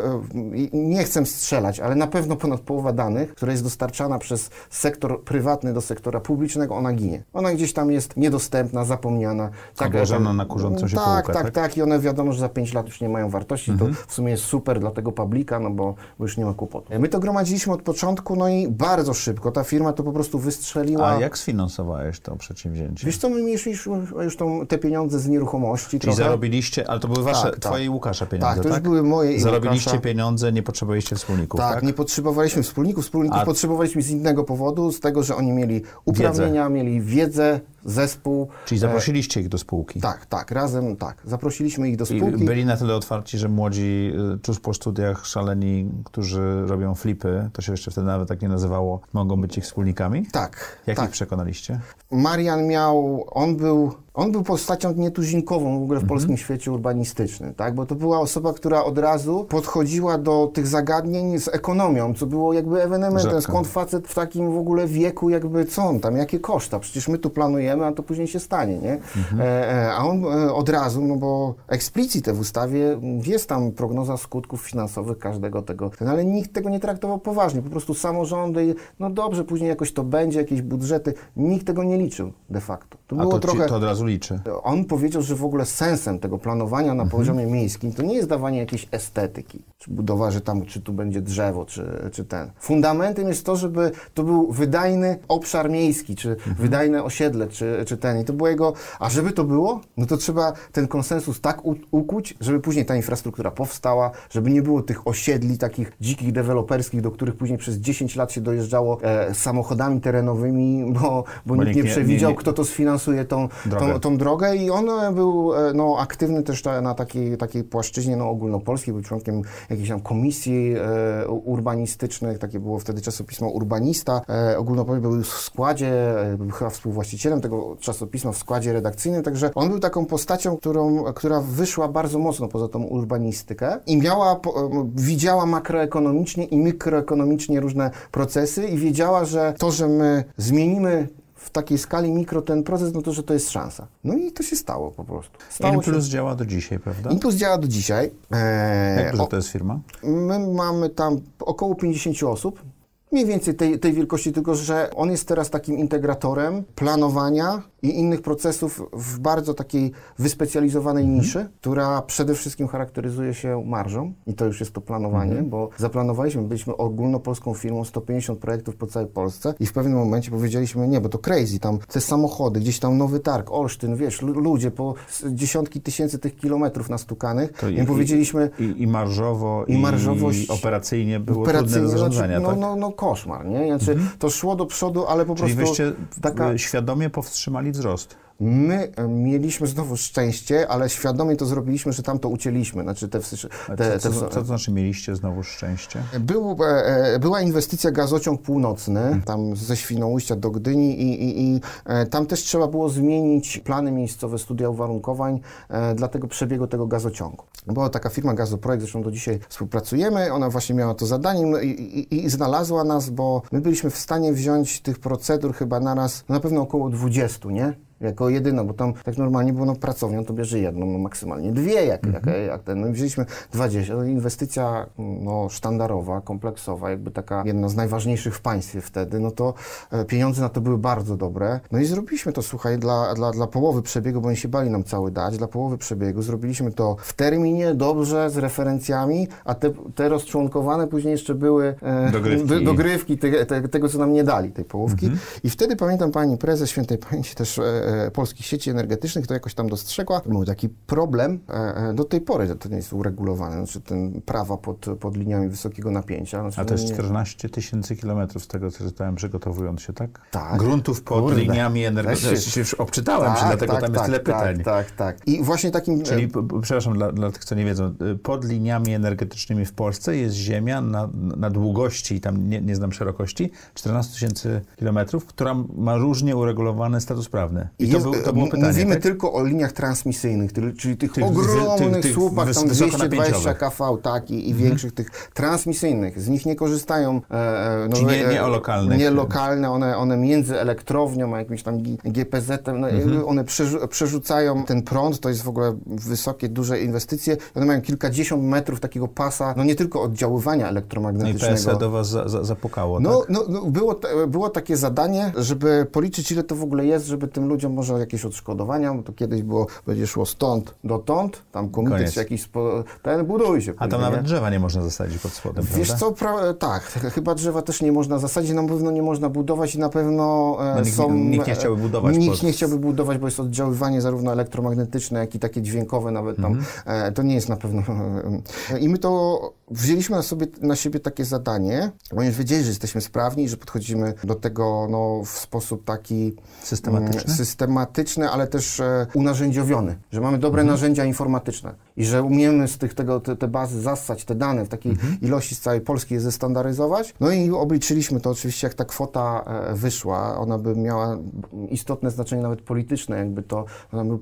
nie chcę strzelać, ale na pewno ponad połowa danych, która jest dostarczana przez sektor prywatny do sektora publicznego, ona ginie. Ona gdzieś tam jest niedostępna, zapomniana. Odłożona na kurzącą się półkę, tak. I one wiadomo, że za 5 lat już nie mają wartości. To w sumie jest super dla tego publika, no bo już nie ma kłopotu. My to gromadziliśmy od początku, no i bardzo szybko. Ta firma to po prostu wystrzeliła. A jak sfinansowałeś to przedsięwzięcie? Wiesz co, my mieliśmy już te pieniądze z nieruchomości. Czyli trochę. Zarobiliście, ale to były twoje i Łukasza pieniądze, tak? To już były moje i Zarobiliście Łukasza. Pieniądze, nie potrzebowaliście wspólników, tak? Nie potrzebowaliśmy wspólników potrzebowaliśmy z innego powodu, z tego, że oni mieli uprawnienia, mieli wiedzę, zespół. Czyli zaprosiliście ich do spółki? Tak, razem, zaprosiliśmy ich do spółki. I byli na tyle otwarci, że młodzi, tuż po studiach szaleni, którzy robią flipy, to się jeszcze wtedy nawet tak nie nazywało, mogą być ich wspólnikami? Tak. Jak ich przekonaliście? Marian on był postacią nietuzinkową w ogóle w polskim świecie urbanistycznym, tak? Bo to była osoba, która od razu podchodziła do tych zagadnień z ekonomią, co było jakby ewenementem. Skąd facet w takim w ogóle wieku, jakby co on tam, jakie koszta? Przecież my tu planujemy, a to później się stanie, nie? A on od razu, no bo explicite w ustawie jest tam prognoza skutków finansowych każdego tego, ale nikt tego nie traktował poważnie. Po prostu samorządy, no dobrze, później jakoś to będzie, jakieś budżety, nikt tego nie liczył de facto. To było trochę... To od razu liczy. On powiedział, że w ogóle sensem tego planowania na poziomie miejskim to nie jest dawanie jakiejś estetyki, czy budowa, że tam, czy tu będzie drzewo, czy ten. Fundamentem jest to, żeby to był wydajny obszar miejski, czy wydajne osiedle, czy ten. I to było jego, a żeby to było, no to trzeba ten konsensus tak ukuć, żeby później ta infrastruktura powstała, żeby nie było tych osiedli takich dzikich, deweloperskich, do których później przez 10 lat się dojeżdżało samochodami terenowymi, bo nikt nie przewidział, kto to sfinansuje tą drogę i on był aktywny też na takiej płaszczyźnie ogólnopolskiej, był członkiem jakiejś tam komisji urbanistycznych, takie było wtedy czasopismo Urbanista, ogólnopolski był w składzie, był chyba współwłaścicielem tego czasopisma w składzie redakcyjnym, także on był taką postacią, która wyszła bardzo mocno poza tą urbanistykę i widziała makroekonomicznie i mikroekonomicznie różne procesy i wiedziała, że to, że my zmienimy w takiej skali mikro ten proces, no to, że to jest szansa. No i to się stało po prostu. Impuls działa do dzisiaj, prawda? Impuls działa do dzisiaj. Jak duża to jest firma? My mamy tam około 50 osób. Mniej więcej tej wielkości, tylko że on jest teraz takim integratorem planowania i innych procesów w bardzo takiej wyspecjalizowanej niszy, która przede wszystkim charakteryzuje się marżą i to już jest to planowanie, bo zaplanowaliśmy, byliśmy ogólnopolską firmą, 150 projektów po całej Polsce i w pewnym momencie powiedzieliśmy, nie, bo to crazy, tam te samochody, gdzieś tam Nowy Targ, Olsztyn, wiesz, ludzie po dziesiątki tysięcy tych kilometrów nastukanych, i powiedzieliśmy... I marżowo, i operacyjnie było trudne do zarządzania, znaczy, tak? No koszmar, nie? Znaczy, to szło do przodu, ale po Czyli prostu... wyście świadomie powstrzymali wzrost. My mieliśmy znowu szczęście, ale świadomie to zrobiliśmy, że tam to ucięliśmy. Znaczy Co to znaczy mieliście znowu szczęście? Była inwestycja gazociąg północny, tam ze Świnoujścia do Gdyni i tam też trzeba było zmienić plany miejscowe, studia uwarunkowań dla tego przebiegu tego gazociągu. Była taka firma Gazoprojekt, zresztą do dzisiaj współpracujemy, ona właśnie miała to zadanie i znalazła nas, bo my byliśmy w stanie wziąć tych procedur chyba naraz, na pewno około 20, nie? Jako jedyną, bo tam tak normalnie było, pracownią to bierze jedną, maksymalnie dwie, jak ten. No i wzięliśmy 20. To inwestycja sztandarowa, kompleksowa, jakby taka jedna z najważniejszych w państwie wtedy, no to pieniądze na to były bardzo dobre. No i zrobiliśmy to, słuchaj, dla połowy przebiegu, bo oni się bali nam cały dać, dla połowy przebiegu zrobiliśmy to w terminie, dobrze, z referencjami, a te rozczłonkowane później jeszcze były dogrywki tego, co nam nie dali, tej połówki. I wtedy pamiętam pani prezes, świętej pamięci też Polskich Sieci Energetycznych, to jakoś tam dostrzegła. Był taki problem, do tej pory to nie jest uregulowane, znaczy ten prawa pod liniami wysokiego napięcia. Znaczy, a to jest 14 000 kilometrów z tego, co czytałem, przygotowując się, tak? Tak. Gruntów pod liniami energetycznymi. Już obczytałem się, dlatego tam jest tyle pytań. Tak. I właśnie takim... Czyli, przepraszam, dla tych, co nie wiedzą, pod liniami energetycznymi w Polsce jest ziemia na długości, tam nie znam szerokości, 14 000 kilometrów, która ma różnie uregulowany status prawny. I to było pytanie, mówimy tak? tylko o liniach transmisyjnych, czyli tych ogromnych słupach, tam 220 kV, tak, i większych tych transmisyjnych. Z nich nie korzystają... nie o lokalnych. Nie lokalne, one między elektrownią a jakimś tam GPZ-em, one przerzucają ten prąd, to jest w ogóle wysokie, duże inwestycje. One mają kilkadziesiąt metrów takiego pasa, nie tylko oddziaływania elektromagnetycznego. No i PSE do was zapukało, tak? Było takie zadanie, żeby policzyć, ile to w ogóle jest, żeby tym ludziom może jakieś odszkodowania, bo to kiedyś będzie szło stąd dotąd, tam komitet jakiś, buduje się. A tam nawet drzewa nie można zasadzić pod spodem, wiesz prawda? Co, tak, chyba drzewa też nie można zasadzić, na pewno nie można budować i na pewno nikt nie chciałby budować. Nikt nie chciałby budować, bo jest oddziaływanie zarówno elektromagnetyczne, jak i takie dźwiękowe nawet tam. To nie jest na pewno... I my to wzięliśmy na siebie takie zadanie, bo już wiedzieli, że jesteśmy sprawni i że podchodzimy do tego w sposób taki systematyczny, ale też unarzędziowiony, że mamy dobre narzędzia informatyczne i że umiemy z te bazy zassać, te dane w takiej ilości z całej Polski je zestandaryzować. No i obliczyliśmy to oczywiście, jak ta kwota wyszła. Ona by miała istotne znaczenie nawet polityczne, jakby to był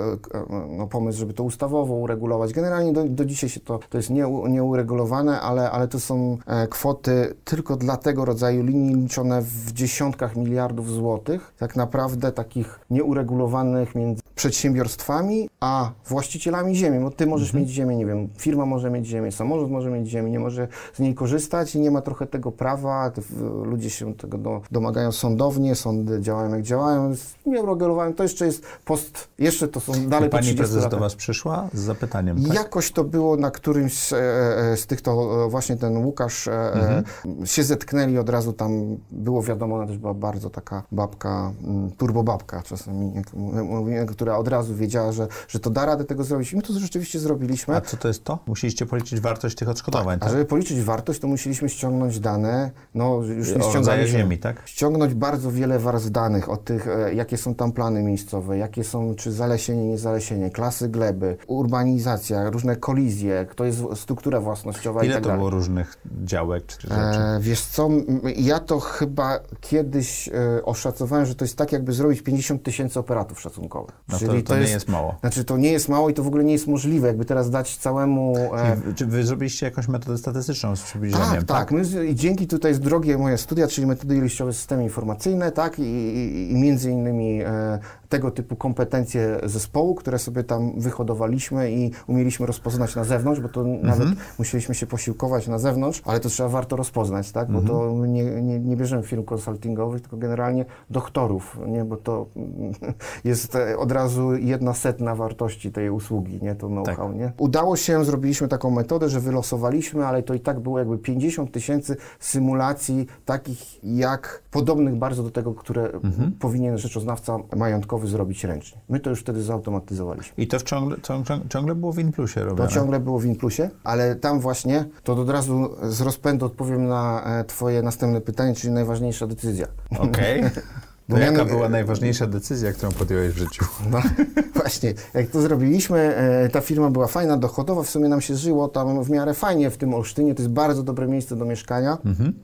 pomysł, żeby to ustawowo uregulować. Generalnie do dzisiaj to jest nieuregulowane, ale to są kwoty tylko dla tego rodzaju linii liczone w dziesiątkach miliardów złotych, tak naprawdę takich nieuregulowanych między przedsiębiorstwami a właścicielami ziemi, bo ty możesz mieć ziemię, nie wiem, firma może mieć ziemię, samorząd może mieć ziemię, nie może z niej korzystać i nie ma trochę tego prawa, ludzie się tego domagają sądownie, sądy działają jak działają, jest nieuregulowane, to jeszcze jest jeszcze to są dalej po 30 Pani prezes do was przyszła z zapytaniem, tak? Jakoś to było na którymś z tych, to właśnie ten Łukasz się zetknęli, od razu tam było wiadomo, ona też była bardzo taka babka, turbobabka czasami, która od razu wiedziała, że to da radę tego zrobić. I my to rzeczywiście zrobiliśmy. A co to jest to? Musieliście policzyć wartość tych odszkodowań, tak? A żeby policzyć wartość, to musieliśmy ściągnąć dane, już nie ściągaliśmy ziemi, tak? Ściągnąć bardzo wiele warstw danych o tych, jakie są tam plany miejscowe, jakie są, czy zalesienie, niezalesienie, klasy gleby, urbanizacja, różne kolizje, to jest struktura własnościowa i tak dalej. Ile to było różnych działek czy rzeczy? Wiesz co, ja to chyba kiedyś oszacowałem, że to jest tak, jakby zrobić 50 000 operatów szacunkowych. No czyli to nie jest mało. Znaczy to nie jest mało i to w ogóle nie jest możliwe możliwe, jakby teraz dać całemu... Czy wy zrobiliście jakąś metodę statystyczną z przybliżeniem? Tak. I dzięki tutaj drogie moje studia, czyli metody ilościowe, systemy informacyjne, tak, i między innymi tego typu kompetencje zespołu, które sobie tam wyhodowaliśmy i umieliśmy rozpoznać na zewnątrz, bo to nawet musieliśmy się posiłkować na zewnątrz, ale to trzeba warto rozpoznać, tak, bo to nie bierzemy firm konsultingowych, tylko generalnie doktorów, nie, bo to jest od razu 1/100 wartości tej usługi, nie, to know-how, nie. Udało się, zrobiliśmy taką metodę, że wylosowaliśmy, ale to i tak było jakby 50 000 symulacji takich jak podobnych bardzo do tego, które powinien rzeczoznawca majątkowy zrobić ręcznie. My to już wtedy zautomatyzowaliśmy. I to ciągle było w InPlusie robione? To ciągle było w InPlusie, ale tam właśnie, to od razu z rozpędu odpowiem na twoje następne pytanie, czyli najważniejsza decyzja. Okej. To jaka była najważniejsza decyzja, którą podjąłeś w życiu? No właśnie, jak to zrobiliśmy, ta firma była fajna, dochodowa, w sumie nam się żyło tam w miarę fajnie w tym Olsztynie, to jest bardzo dobre miejsce do mieszkania,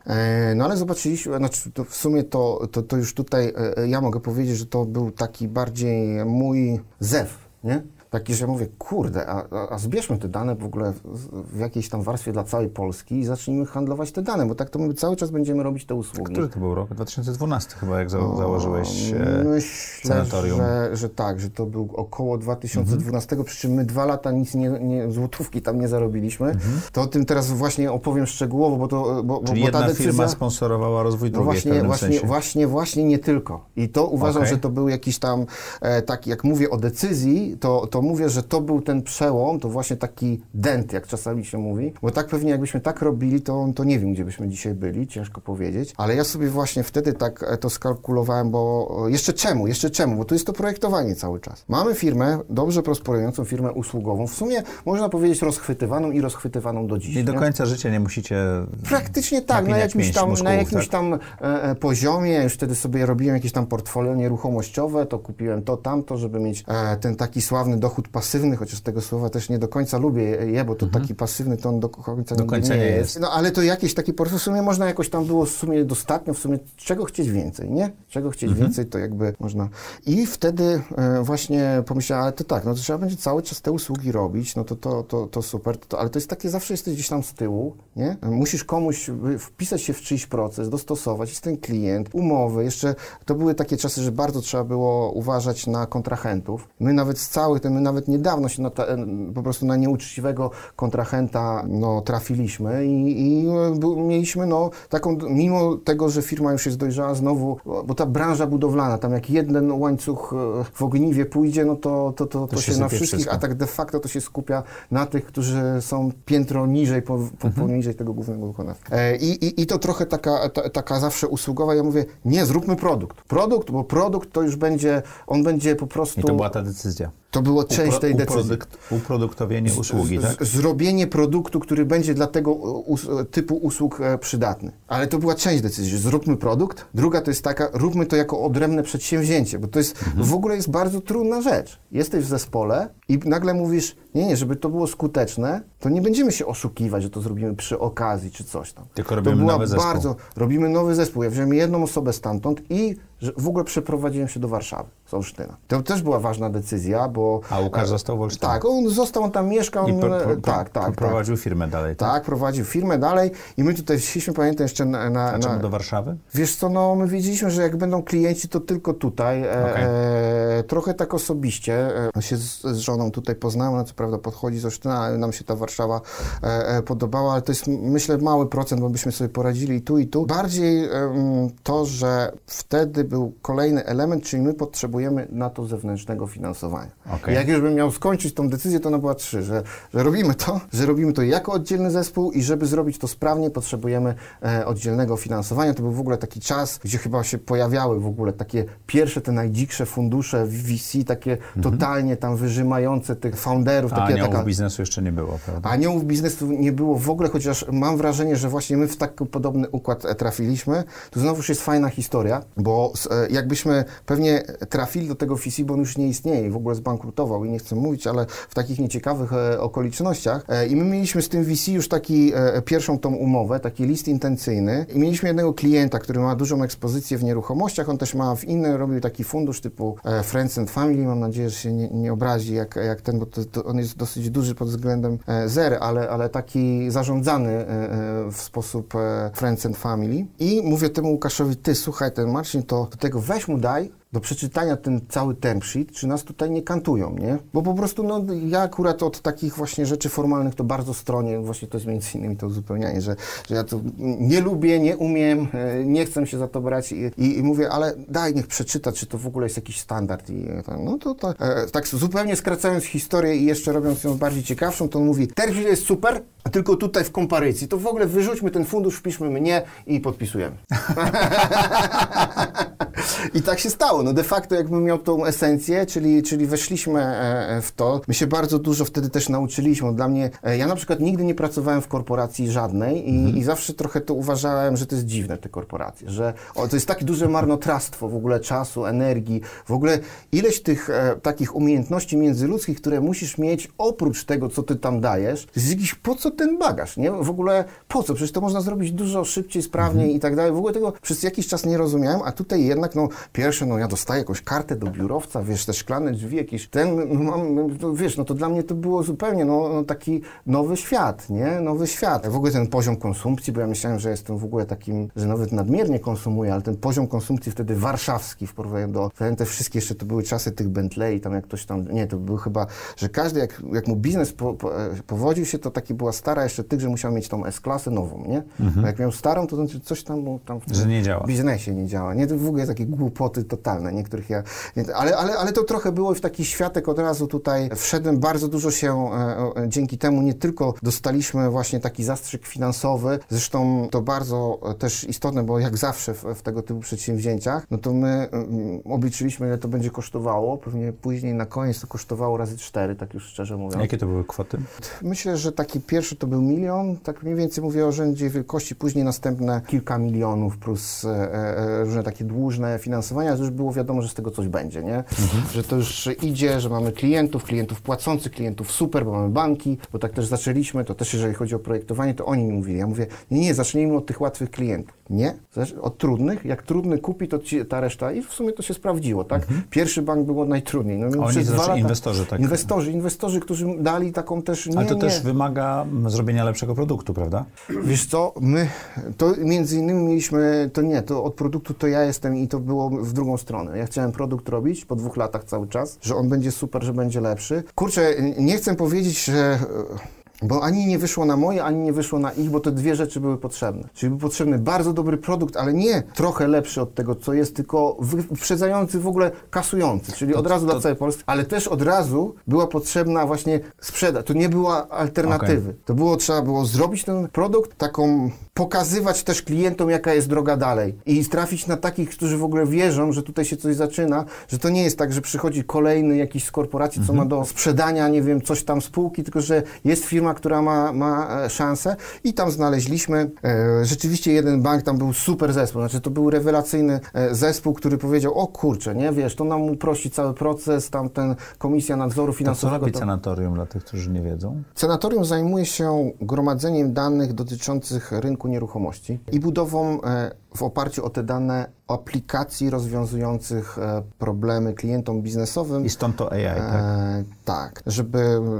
no ale zobaczyliśmy, znaczy to w sumie to już tutaj ja mogę powiedzieć, że to był taki bardziej mój zew, nie? Taki, że mówię, kurde, a zbierzmy te dane w ogóle w jakiejś tam warstwie dla całej Polski i zacznijmy handlować te dane, bo tak to my cały czas będziemy robić te usługi. Który to był rok? 2012 chyba, jak założyłeś sanatorium. Myślę, że tak, że to był około 2012, przy czym my 2 lata nic złotówki tam nie zarobiliśmy. To o tym teraz właśnie opowiem szczegółowo, bo Czyli jedna firma sponsorowała rozwój drugiej w pewnym sensie. Właśnie nie tylko. I to uważam, że to był jakiś tam, tak jak mówię o decyzji, to mówię, że to był ten przełom, to właśnie taki dent, jak czasami się mówi, bo tak pewnie jakbyśmy tak robili, to nie wiem, gdzie byśmy dzisiaj byli, ciężko powiedzieć, ale ja sobie właśnie wtedy tak to skalkulowałem, bo jeszcze czemu, bo to jest to projektowanie cały czas. Mamy firmę, dobrze prosperującą firmę usługową, w sumie można powiedzieć rozchwytywaną do dziś. I do końca życia nie musicie praktycznie tak, na jakimś tam poziomie, już wtedy sobie robiłem jakieś tam portfolio nieruchomościowe, to kupiłem to, tamto, żeby mieć ten taki sławny dochód pasywny, chociaż tego słowa też nie do końca lubię, bo to taki pasywny to on do końca nie jest. No ale to jakieś takie portfolio, w sumie można jakoś tam było w sumie dostatnio, w sumie czego chcieć więcej, nie? Czego chcieć więcej, to jakby można. I wtedy właśnie pomyślałem, ale to tak, no to trzeba będzie cały czas te usługi robić, no to super, ale to jest takie, zawsze jesteś gdzieś tam z tyłu, nie? Musisz komuś wpisać się w czyjś proces, dostosować, jest ten klient, umowy, jeszcze to były takie czasy, że bardzo trzeba było uważać na kontrahentów. My nawet niedawno się po prostu na nieuczciwego kontrahenta trafiliśmy i mieliśmy taką, mimo tego, że firma już jest dojrzała znowu, bo ta branża budowlana, tam jak jeden łańcuch w ogniwie pójdzie, to się na wszystkich, wszystko. A tak de facto to się skupia na tych, którzy są piętro niżej, poniżej tego głównego wykonawcy. I to trochę taka zawsze usługowa, ja mówię, nie, zróbmy produkt, bo produkt to już będzie, on będzie po prostu... I to była ta decyzja. To było część tej decyzji. Uproduktowienie usługi, tak? Zrobienie produktu, który będzie dla tego typu usług przydatny. Ale to była część decyzji, że zróbmy produkt. Druga to jest taka, róbmy to jako odrębne przedsięwzięcie, bo to jest w ogóle jest bardzo trudna rzecz. Jesteś w zespole i nagle mówisz, nie, żeby to było skuteczne, to nie będziemy się oszukiwać, że to zrobimy przy okazji czy coś tam. Tylko robimy nowy zespół. Robimy nowy zespół. Ja wziąłem jedną osobę stamtąd i w ogóle przeprowadziłem się do Warszawy, z Olsztyna. To też była ważna decyzja, bo... A Łukasz został w Olsztynie? Tak, on tam mieszkał. Prowadził firmę dalej, tak? Tak, prowadził firmę dalej i my tutaj szliśmy, pamiętam jeszcze A czemu do Warszawy? Wiesz co, my wiedzieliśmy, że jak będą klienci, to tylko tutaj. Trochę tak osobiście. Się z żoną tutaj poznałem, ona co prawda podchodzi z Olsztyna, ale nam się ta Warszawa podobała, ale to jest, myślę, mały procent, bo byśmy sobie poradzili i tu, i tu. Bardziej to, że wtedy był kolejny element, czyli my potrzebujemy na to zewnętrznego finansowania. Okay. Jak już bym miał skończyć tą decyzję, to ona była 3, że robimy to jako oddzielny zespół i żeby zrobić to sprawnie, potrzebujemy oddzielnego finansowania. To był w ogóle taki czas, gdzie chyba się pojawiały w ogóle takie pierwsze, te najdziksze fundusze VC, takie totalnie tam wyrzymające tych founderów. A aniołów biznesu jeszcze nie było, prawda? Aniołów biznesu nie było w ogóle, chociaż mam wrażenie, że właśnie my w taki podobny układ trafiliśmy. Tu znowuż jest fajna historia, bo jakbyśmy pewnie trafili do tego VC, bo on już nie istnieje i w ogóle zbankrutował i nie chcę mówić, ale w takich nieciekawych okolicznościach. I my mieliśmy z tym VC już pierwszą tą umowę, taki list intencyjny i mieliśmy jednego klienta, który ma dużą ekspozycję w nieruchomościach, on też ma w innym, robił taki fundusz typu Friends and Family, mam nadzieję, że się nie obrazi jak ten, bo on jest dosyć duży pod względem ZER, ale taki zarządzany w sposób Friends and Family. I mówię temu Łukaszowi, ty słuchaj, ten Marcin, to do tego weź mu daj do przeczytania ten cały term sheet, czy nas tutaj nie kantują, nie? Bo po prostu, ja akurat od takich właśnie rzeczy formalnych to bardzo stronię, właśnie to jest między innymi to uzupełnianie, że ja to nie lubię, nie umiem, nie chcę się za to brać i mówię, ale daj, niech przeczyta, czy to w ogóle jest jakiś standard i tak zupełnie skracając historię i jeszcze robiąc ją bardziej ciekawszą, to on mówi, term sheet jest super, a tylko tutaj w komparycji, to w ogóle wyrzućmy ten fundusz, wpiszmy mnie i podpisujemy. I tak się stało. De facto jakbym miał tą esencję, czyli weszliśmy w to. My się bardzo dużo wtedy też nauczyliśmy. Dla mnie, ja na przykład nigdy nie pracowałem w korporacji żadnej i zawsze trochę to uważałem, że to jest dziwne, te korporacje, że to jest takie duże marnotrawstwo w ogóle czasu, energii, w ogóle ileś tych takich umiejętności międzyludzkich, które musisz mieć oprócz tego, co ty tam dajesz. To jest jakiś, po co ten bagaż, nie? W ogóle po co? Przecież to można zrobić dużo szybciej, sprawniej i tak dalej. W ogóle tego przez jakiś czas nie rozumiałem, a tutaj jednak, pierwsze, ja dostaję jakąś kartę do biurowca, wiesz, te szklane drzwi, jakiś wiesz, to dla mnie to było zupełnie, taki nowy świat, nie? Nowy świat. W ogóle ten poziom konsumpcji, bo ja myślałem, że jestem w ogóle takim, że nawet nadmiernie konsumuję, ale ten poziom konsumpcji wtedy warszawski w porównaniu do, te wszystkie jeszcze to były czasy tych Bentley, tam jak ktoś tam, nie, to był chyba, że każdy, jak mu biznes powodził się, to taki była stara jeszcze tych, że musiał mieć tą S-klasę nową, nie? A jak miał starą, to znaczy coś tam że nie działa. W biznesie nie działa, nie? To w ogóle takie głupoty totalne, niektórych ale to trochę było w taki światek od razu tutaj wszedłem, bardzo dużo się dzięki temu nie tylko dostaliśmy właśnie taki zastrzyk finansowy, zresztą to bardzo też istotne, bo jak zawsze w tego typu przedsięwzięciach, to my obliczyliśmy, ile to będzie kosztowało, pewnie później na koniec to kosztowało razy 4, tak już szczerze mówiąc. Jakie to były kwoty? Myślę, że taki pierwszy to był 1 000 000, tak mniej więcej mówię o rzędzie wielkości, później następne kilka milionów plus różne takie dłużne finansowania, to już było wiadomo, że z tego coś będzie, nie? Że to już idzie, że mamy klientów płacących, klientów super, bo mamy banki, bo tak też zaczęliśmy, to też jeżeli chodzi o projektowanie, to oni mi mówili. Ja mówię, nie, zacznijmy od tych łatwych klientów. Nie? Od trudnych. Jak trudny kupi, to ta reszta i w sumie to się sprawdziło, tak? Pierwszy bank było najtrudniej. Oni to znaczy inwestorzy, tak? Inwestorzy, którzy dali taką też... Ale to też wymaga zrobienia lepszego produktu, prawda? Wiesz co, my to między innymi mieliśmy, to od produktu to ja jestem i to było w drugą stronę. Ja chciałem produkt robić po 2 latach cały czas, że on będzie super, że będzie lepszy. Kurczę, nie chcę powiedzieć, że... Bo ani nie wyszło na moje, ani nie wyszło na ich, bo te dwie rzeczy były potrzebne. Czyli był potrzebny bardzo dobry produkt, ale nie trochę lepszy od tego, co jest, tylko wyprzedzający, w ogóle kasujący, czyli od razu dla całej Polski, ale też od razu była potrzebna właśnie sprzedaż. To nie była alternatywy. Okay. Trzeba było zrobić ten produkt, pokazywać też klientom, jaka jest droga dalej i trafić na takich, którzy w ogóle wierzą, że tutaj się coś zaczyna, że to nie jest tak, że przychodzi kolejny jakiś z korporacji, co ma do sprzedania, nie wiem, coś tam spółki, tylko że jest firma, która ma szansę i tam znaleźliśmy rzeczywiście jeden bank, tam był super zespół, znaczy to był rewelacyjny zespół, który powiedział, o kurczę, nie, wiesz, to nam uprości cały proces, tamten Komisja Nadzoru Finansowego. To co robi Cenatorium dla tych, którzy nie wiedzą? Cenatorium zajmuje się gromadzeniem danych dotyczących rynku nieruchomości i budową w oparciu o te dane aplikacji rozwiązujących problemy klientom biznesowym. I stąd to AI, tak? Tak, żeby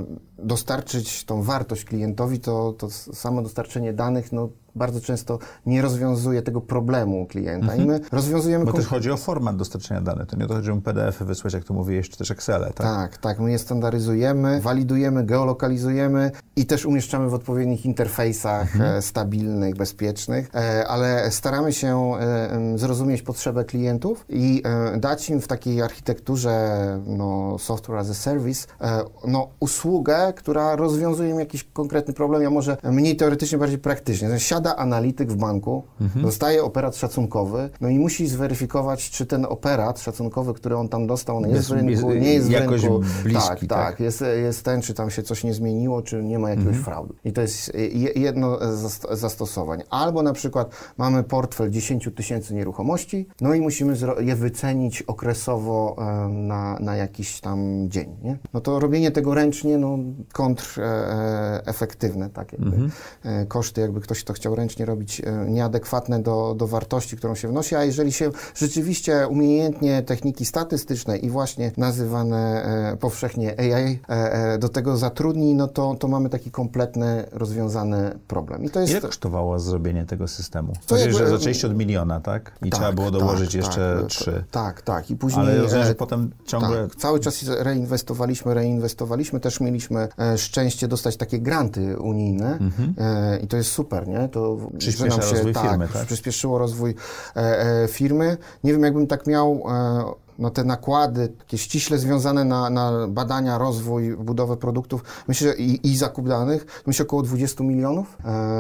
dostarczyć tą wartość klientowi, to samo dostarczenie danych, bardzo często nie rozwiązuje tego problemu klienta i my rozwiązujemy... Bo też chodzi o format dostarczenia danych, to nie to chodzi, żeby PDF-y wysłać, jak tu mówiłeś, czy też Excel, tak? Tak, my je standaryzujemy, walidujemy, geolokalizujemy i też umieszczamy w odpowiednich interfejsach stabilnych, bezpiecznych, ale staramy się zrozumieć potrzebę klientów i dać im w takiej architekturze software as a service usługę, która rozwiązuje im jakiś konkretny problem, a może mniej teoretycznie, bardziej praktycznie. siada analityk w banku, dostaje operat szacunkowy, no i musi zweryfikować, czy ten operat szacunkowy, który on tam dostał, on jest w rynku, nie jest w rynku. Bliski, tak. Jest ten, czy tam się coś nie zmieniło, czy nie ma jakiegoś fraudu. I to jest jedno z zastosowań. Albo na przykład mamy portfel 10 000 nieruchomości, no i musimy je wycenić okresowo na jakiś tam dzień, nie? No to robienie tego ręcznie, no kontrefektywne, tak jakby. Koszty, jakby ktoś to chciał ręcznie robić, nieadekwatne do wartości, którą się wnosi, a jeżeli się rzeczywiście umiejętnie techniki statystyczne i właśnie nazywane powszechnie AI do tego zatrudni, no to mamy taki kompletny, rozwiązany problem. I to jest... Ile kosztowało zrobienie tego systemu? Powiedziałeś, że zaczęliście od 1 miliona, tak? I trzeba było dołożyć jeszcze 3. Tak. I później... Ale rozumiem, że potem ciągle... Tak, cały czas reinwestowaliśmy. Też mieliśmy szczęście dostać takie granty unijne i to jest super, nie? To przyspiesza rozwój firmy, tak? Przyspieszyło rozwój firmy. Nie wiem, jakbym tak miał... No te nakłady, takie ściśle związane na badania, rozwój, budowę produktów, myślę, że i zakup danych, myślę około 20 milionów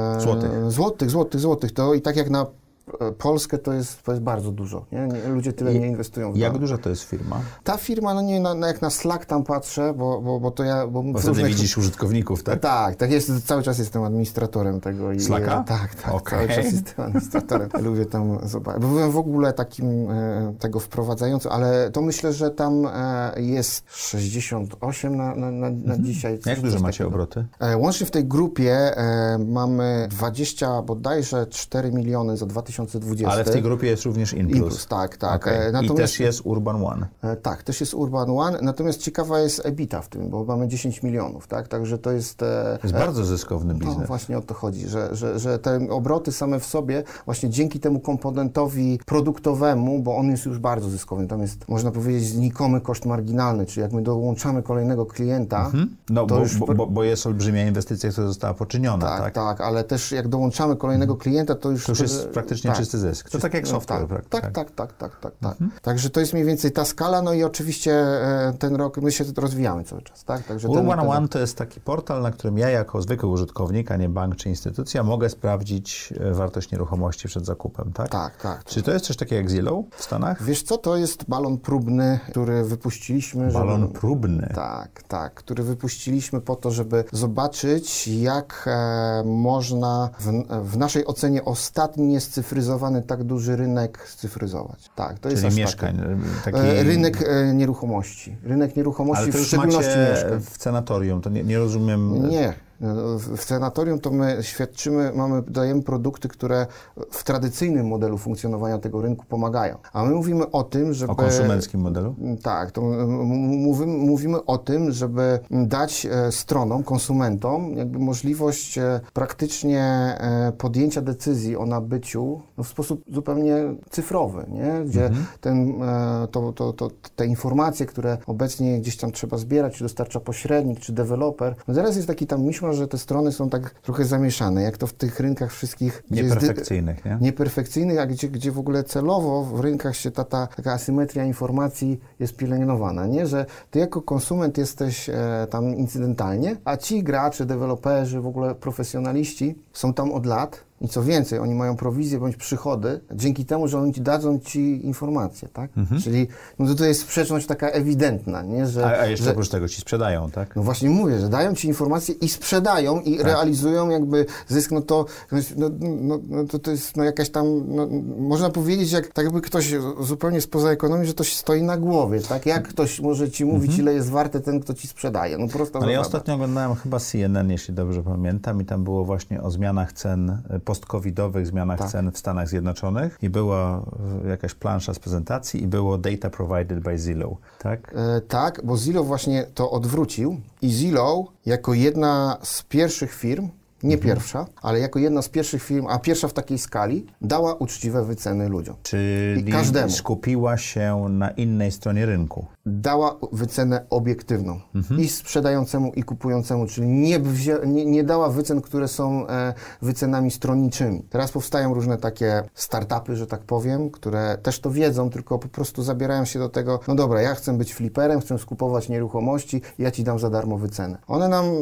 złotych. To i tak jak na Polskę to jest bardzo dużo. Nie? Ludzie tyle nie inwestują w Jak duża to jest firma? Ta firma, no nie, jak na Slack tam patrzę, bo to ja... Bo wtedy widzisz użytkowników, tak? Tak jest, cały czas jestem administratorem tego. Slacka? Tak, cały czas jestem administratorem. Lubię tam zobaczyć. Byłem w ogóle takim tego wprowadzającym, ale to myślę, że tam jest 68 na dzisiaj. Jak duże macie obroty? Łącznie w tej grupie mamy 20, bodajże 4 miliony za 2020. Ale w tej grupie jest również Inplus. Tak. Okay. I też jest Urban One. Tak, też jest Urban One, natomiast ciekawa jest EBITDA w tym, bo mamy 10 milionów, tak? Także to jest... To jest bardzo zyskowny biznes. No właśnie o to chodzi, że te obroty same w sobie, właśnie dzięki temu komponentowi produktowemu, bo on jest już bardzo zyskowny, tam jest, można powiedzieć, znikomy koszt marginalny, czyli jak my dołączamy kolejnego klienta, no to bo jest olbrzymia inwestycja, która została poczyniona, tak? Tak, ale też jak dołączamy kolejnego klienta, to już jest praktycznie czysty zysk. To tak jak software. Tak. Także to jest mniej więcej ta skala, no i oczywiście ten rok my się rozwijamy cały czas, tak? Także Urban One to jest taki portal, na którym ja jako zwykły użytkownik, a nie bank czy instytucja, mogę sprawdzić wartość nieruchomości przed zakupem, tak? Tak. Czy to jest coś takiego jak Zillow w Stanach? Wiesz co, to jest balon próbny, który wypuściliśmy. Balon próbny? Tak, który wypuściliśmy po to, żeby zobaczyć, jak można w naszej ocenie ostatni scyfryzowany tak duży rynek scyfryzować. Tak, to jest czyli mieszkań. Rynek nieruchomości. Ale to w szczególności mieszkań. W senatorium, to nie rozumiem... Nie. W senatorium to my dajemy produkty, które w tradycyjnym modelu funkcjonowania tego rynku pomagają. A my mówimy o tym, żeby... O konsumenckim modelu? Tak, to mówimy o tym, żeby dać stronom, konsumentom jakby możliwość praktycznie podjęcia decyzji o nabyciu w sposób zupełnie cyfrowy, nie? Gdzie te informacje, które obecnie gdzieś tam trzeba zbierać, czy dostarcza pośrednik, czy deweloper, no teraz jest taki tam miszmasz, że te strony są tak trochę zamieszane, jak to w tych rynkach wszystkich... Nieperfekcyjnych, nie? Nieperfekcyjnych, a gdzie w ogóle celowo w rynkach się taka asymetria informacji jest pielęgnowana, nie? Że ty jako konsument jesteś tam incydentalnie, a ci gracze, deweloperzy, w ogóle profesjonaliści są tam od lat. I co więcej, oni mają prowizję bądź przychody dzięki temu, że oni dadzą ci informacje, tak? Czyli no to jest sprzeczność taka ewidentna, nie? A jeszcze oprócz tego ci sprzedają, tak? No właśnie mówię, że dają ci informacje i sprzedają i realizują jakby zysk, no to jest jakaś tam, można powiedzieć, tak jakby ktoś zupełnie spoza ekonomii, że to się stoi na głowie, tak? Jak ktoś może ci mówić, ile jest warte ten, kto ci sprzedaje? No prosta Ale ja ostatnio oglądałem chyba CNN, jeśli dobrze pamiętam, i tam było właśnie o zmianach cen, post-covidowych zmianach cen w Stanach Zjednoczonych i była jakaś plansza z prezentacji i było data provided by Zillow, tak? Tak, bo Zillow właśnie to odwrócił i Zillow jako jedna z pierwszych firm, nie pierwsza, ale jako jedna z pierwszych firm, a pierwsza w takiej skali, dała uczciwe wyceny ludziom. Czyli każdemu. Skupiła się na innej stronie rynku. Dała wycenę obiektywną i sprzedającemu, i kupującemu, czyli nie dała wycen, które są wycenami stronniczymi. Teraz powstają różne takie startupy, że tak powiem, które też to wiedzą, tylko po prostu zabierają się do tego, no dobra, ja chcę być fliperem, chcę skupować nieruchomości, ja ci dam za darmo wycenę. One nam,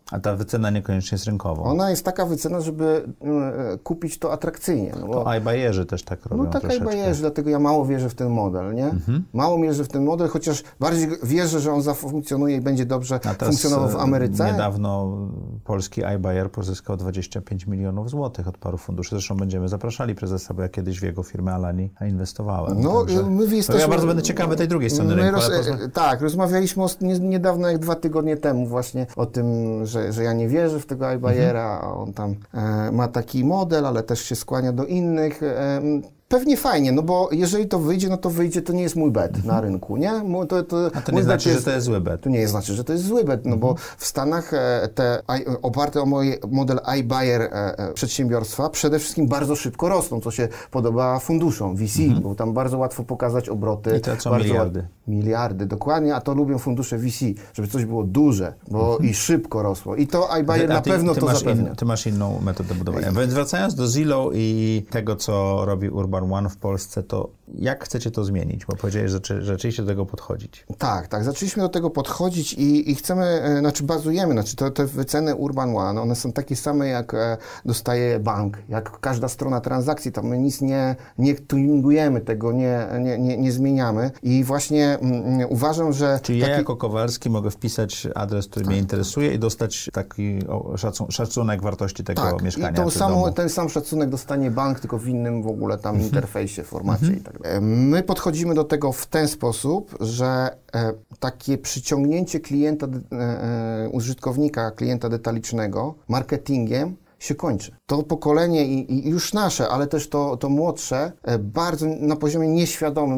A ta wycena niekoniecznie jest rynkową. Ona jest taka wycena, żeby kupić to atrakcyjnie. No bo, to iBuyerzy też tak robią. No tak, troszeczkę. iBuyerzy, dlatego ja mało wierzę w ten model, nie? Mało wierzę w ten model, chociaż bardziej wierzę, że on zafunkcjonuje i będzie dobrze funkcjonował w Ameryce. Niedawno polski iBuyer pozyskał 25 milionów złotych od paru funduszy. Zresztą będziemy zapraszali prezesa, bo ja kiedyś w jego firmę Alani inwestowałem. No, także, my jesteśmy, ja bardzo będę ciekawy tej drugiej strony rynku. Tak, rozmawialiśmy niedawno, jak 2 tygodnie temu właśnie o tym, że ja nie wierzę w tego iBuyera, a on tam ma taki model, ale też się skłania do innych. Pewnie fajnie, no bo jeżeli to wyjdzie, to nie jest mój bet na rynku, nie? A to nie znaczy, że to jest zły bet. To nie znaczy, że to jest zły bet, no bo w Stanach te oparte o model iBuyer przedsiębiorstwa przede wszystkim bardzo szybko rosną, co się podoba funduszom, VC, bo tam bardzo łatwo pokazać obroty. I to są miliardy. Miliardy, dokładnie, a to lubią fundusze VC, żeby coś było duże, bo i szybko rosło. I to iBuyer na pewno to zapewnia. Ty masz inną metodę budowania. Więc wracając do Zillow i tego, co robi Urban One w Polsce, to jak chcecie to zmienić? Bo powiedziałeś, że rzeczywiście do tego podchodzić. Tak, zaczęliśmy do tego podchodzić i chcemy, bazujemy, te wyceny Urban One, one są takie same, jak dostaje bank, jak każda strona transakcji, tam my nic nie tuningujemy tego, nie zmieniamy i właśnie uważam, że... Czyli ja jako Kowalski mogę wpisać adres, który mnie interesuje i dostać taki szacunek wartości tego mieszkania. I ten sam szacunek dostanie bank, tylko w innym w ogóle tam interfejsie, formacie i tak dalej. My podchodzimy do tego w ten sposób, że takie przyciągnięcie klienta, użytkownika, klienta detalicznego marketingiem się kończy. To pokolenie i już nasze, ale też to młodsze, bardzo na poziomie nieświadomym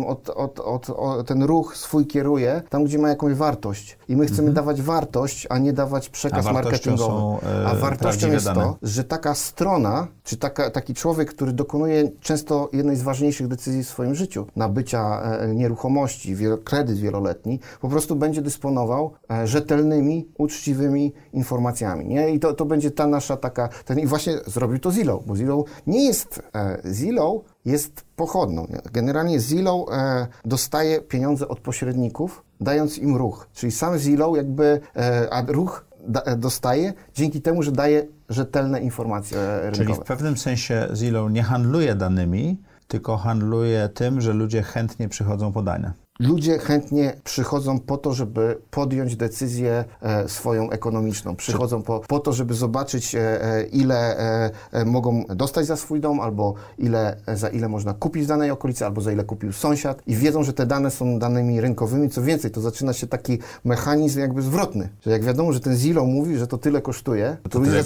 ten ruch swój kieruje tam, gdzie ma jakąś wartość. I my chcemy dawać wartość, a nie dawać przekaz marketingowy. A wartością jest to, że taka strona, czy taki człowiek, który dokonuje często jednej z ważniejszych decyzji w swoim życiu, nabycia nieruchomości, kredyt wieloletni, po prostu będzie dysponował rzetelnymi, uczciwymi informacjami. Nie? I to będzie ta nasza taka... I właśnie zrobił to Zillow, bo Zillow nie jest... Zillow jest pochodną. Generalnie Zillow dostaje pieniądze od pośredników, dając im ruch. Czyli sam Zillow a ruch dostaje dzięki temu, że daje rzetelne informacje rynkowe. Czyli w pewnym sensie Zillow nie handluje danymi, tylko handluje tym, że ludzie chętnie przychodzą po dane. Ludzie chętnie przychodzą po to, żeby podjąć decyzję swoją ekonomiczną. Przychodzą po to, żeby zobaczyć, ile mogą dostać za swój dom, albo za ile można kupić w danej okolicy, albo za ile kupił sąsiad. I wiedzą, że te dane są danymi rynkowymi. Co więcej, to zaczyna się taki mechanizm jakby zwrotny. Że jak wiadomo, że ten Zillow mówi, że to tyle kosztuje,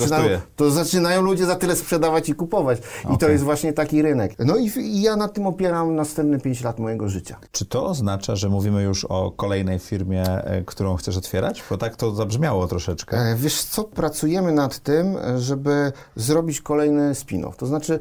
to zaczynają ludzie za tyle sprzedawać i kupować. I to jest właśnie taki rynek. No i ja na tym opieram następne 5 lat mojego życia. Czy to oznacza, że mówimy już o kolejnej firmie, którą chcesz otwierać? Bo tak to zabrzmiało troszeczkę. Wiesz co, pracujemy nad tym, żeby zrobić kolejny spin-off. To znaczy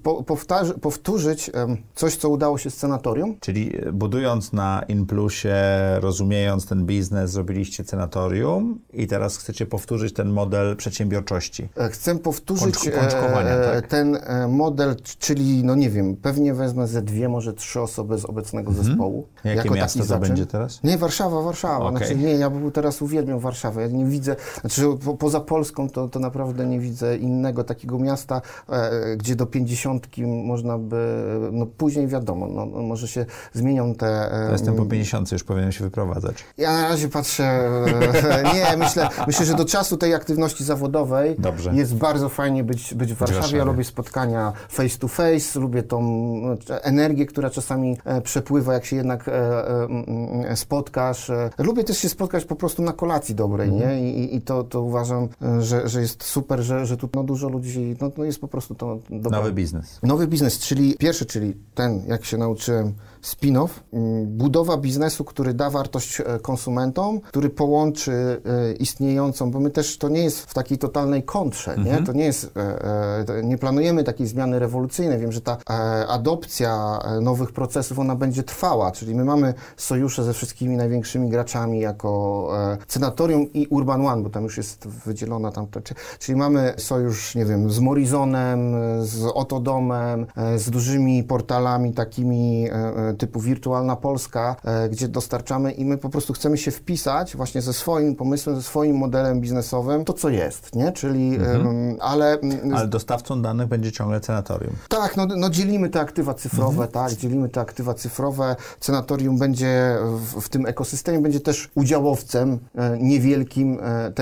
powtórzyć coś, co udało się z Cenatorium. Czyli budując na InPlusie, rozumiejąc ten biznes, zrobiliście Cenatorium i teraz chcecie powtórzyć ten model przedsiębiorczości. Chcę powtórzyć tak? ten model, czyli no nie wiem, pewnie wezmę ze 2, może 3 osoby z obecnego zespołu. Jakie miasto to będzie teraz? Nie, Warszawa. Okay. Znaczy, nie, ja teraz uwielbiam Warszawę. Ja nie widzę, poza Polską to naprawdę nie widzę innego takiego miasta, gdzie do 50 można by, później wiadomo, może się zmienią te... Ja jestem po 50, już powinienem się wyprowadzać. Ja na razie patrzę, nie, myślę, że do czasu tej aktywności zawodowej jest bardzo fajnie być w Warszawie. Ja lubię spotkania face to face, lubię tą energię, która czasami przepływa, jak się jednak spotkasz. Lubię też się spotkać po prostu na kolacji dobrej, nie? I to uważam, że jest super, że tu dużo ludzi, jest po prostu to dobre. Nowy biznes, czyli pierwszy, czyli ten, jak się nauczyłem, spin-off, budowa biznesu, który da wartość konsumentom, który połączy istniejącą, bo my też, to nie jest w takiej totalnej kontrze, nie? To nie jest, nie planujemy takiej zmiany rewolucyjnej. Wiem, że ta adopcja nowych procesów, ona będzie trwała, czyli my mamy sojusze ze wszystkimi największymi graczami jako Cenatorium i Urban One, bo tam już jest wydzielona czyli mamy sojusz, nie wiem, z Morizonem, z Otodomem, z dużymi portalami takimi typu Wirtualna Polska, gdzie dostarczamy i my po prostu chcemy się wpisać właśnie ze swoim pomysłem, ze swoim modelem biznesowym, to co jest, nie? Czyli, ale dostawcą danych będzie ciągle Cenatorium. Tak, no dzielimy te aktywa cyfrowe, tak, dzielimy te aktywa cyfrowe. Cenatorium będzie w tym ekosystemie, będzie też udziałowcem niewielkim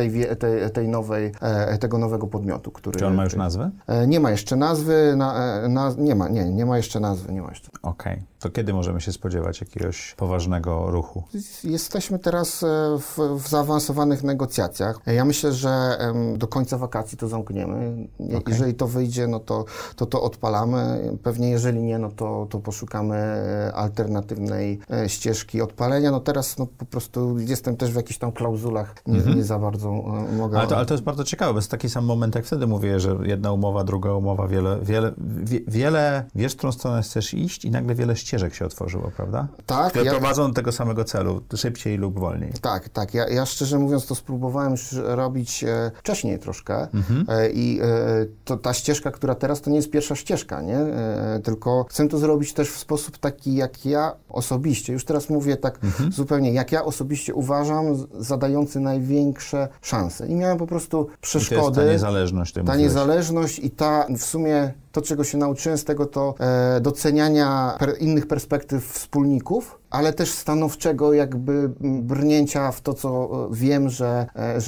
tego nowego podmiotu, który... Czy on ma już nazwę? Nie ma jeszcze nazwy, nie ma jeszcze nazwy, Okej. To kiedy możemy się spodziewać jakiegoś poważnego ruchu? Jesteśmy teraz w zaawansowanych negocjacjach. Ja myślę, że do końca wakacji to zamkniemy. Okay. Jeżeli to wyjdzie, no to odpalamy. Pewnie jeżeli nie, no to poszukamy alternatywnej ścieżki odpalenia. No teraz po prostu jestem też w jakichś tam klauzulach, nie za bardzo mogę... Ale to jest bardzo ciekawe, bo jest taki sam moment, jak wtedy mówię, że jedna umowa, druga umowa, wiele wiesz, w którą stronę chcesz iść i nagle wiele ścieżek się otworzyło, prawda? Tak. Które prowadzą do tego samego celu, szybciej lub wolniej. Tak. Ja szczerze mówiąc to spróbowałem już robić wcześniej troszkę i ta ścieżka, która teraz, to nie jest pierwsza ścieżka, nie? Tylko chcę to zrobić też w sposób taki, jak ja osobiście, już teraz mówię tak zupełnie, jak ja osobiście uważam, zadający największe szanse. I miałem po prostu przeszkody. I to jest ta niezależność. Ta niezależność i w sumie to, czego się nauczyłem z tego, to doceniania innych perspektyw wspólników, ale też stanowczego jakby brnięcia w to, co wiem, że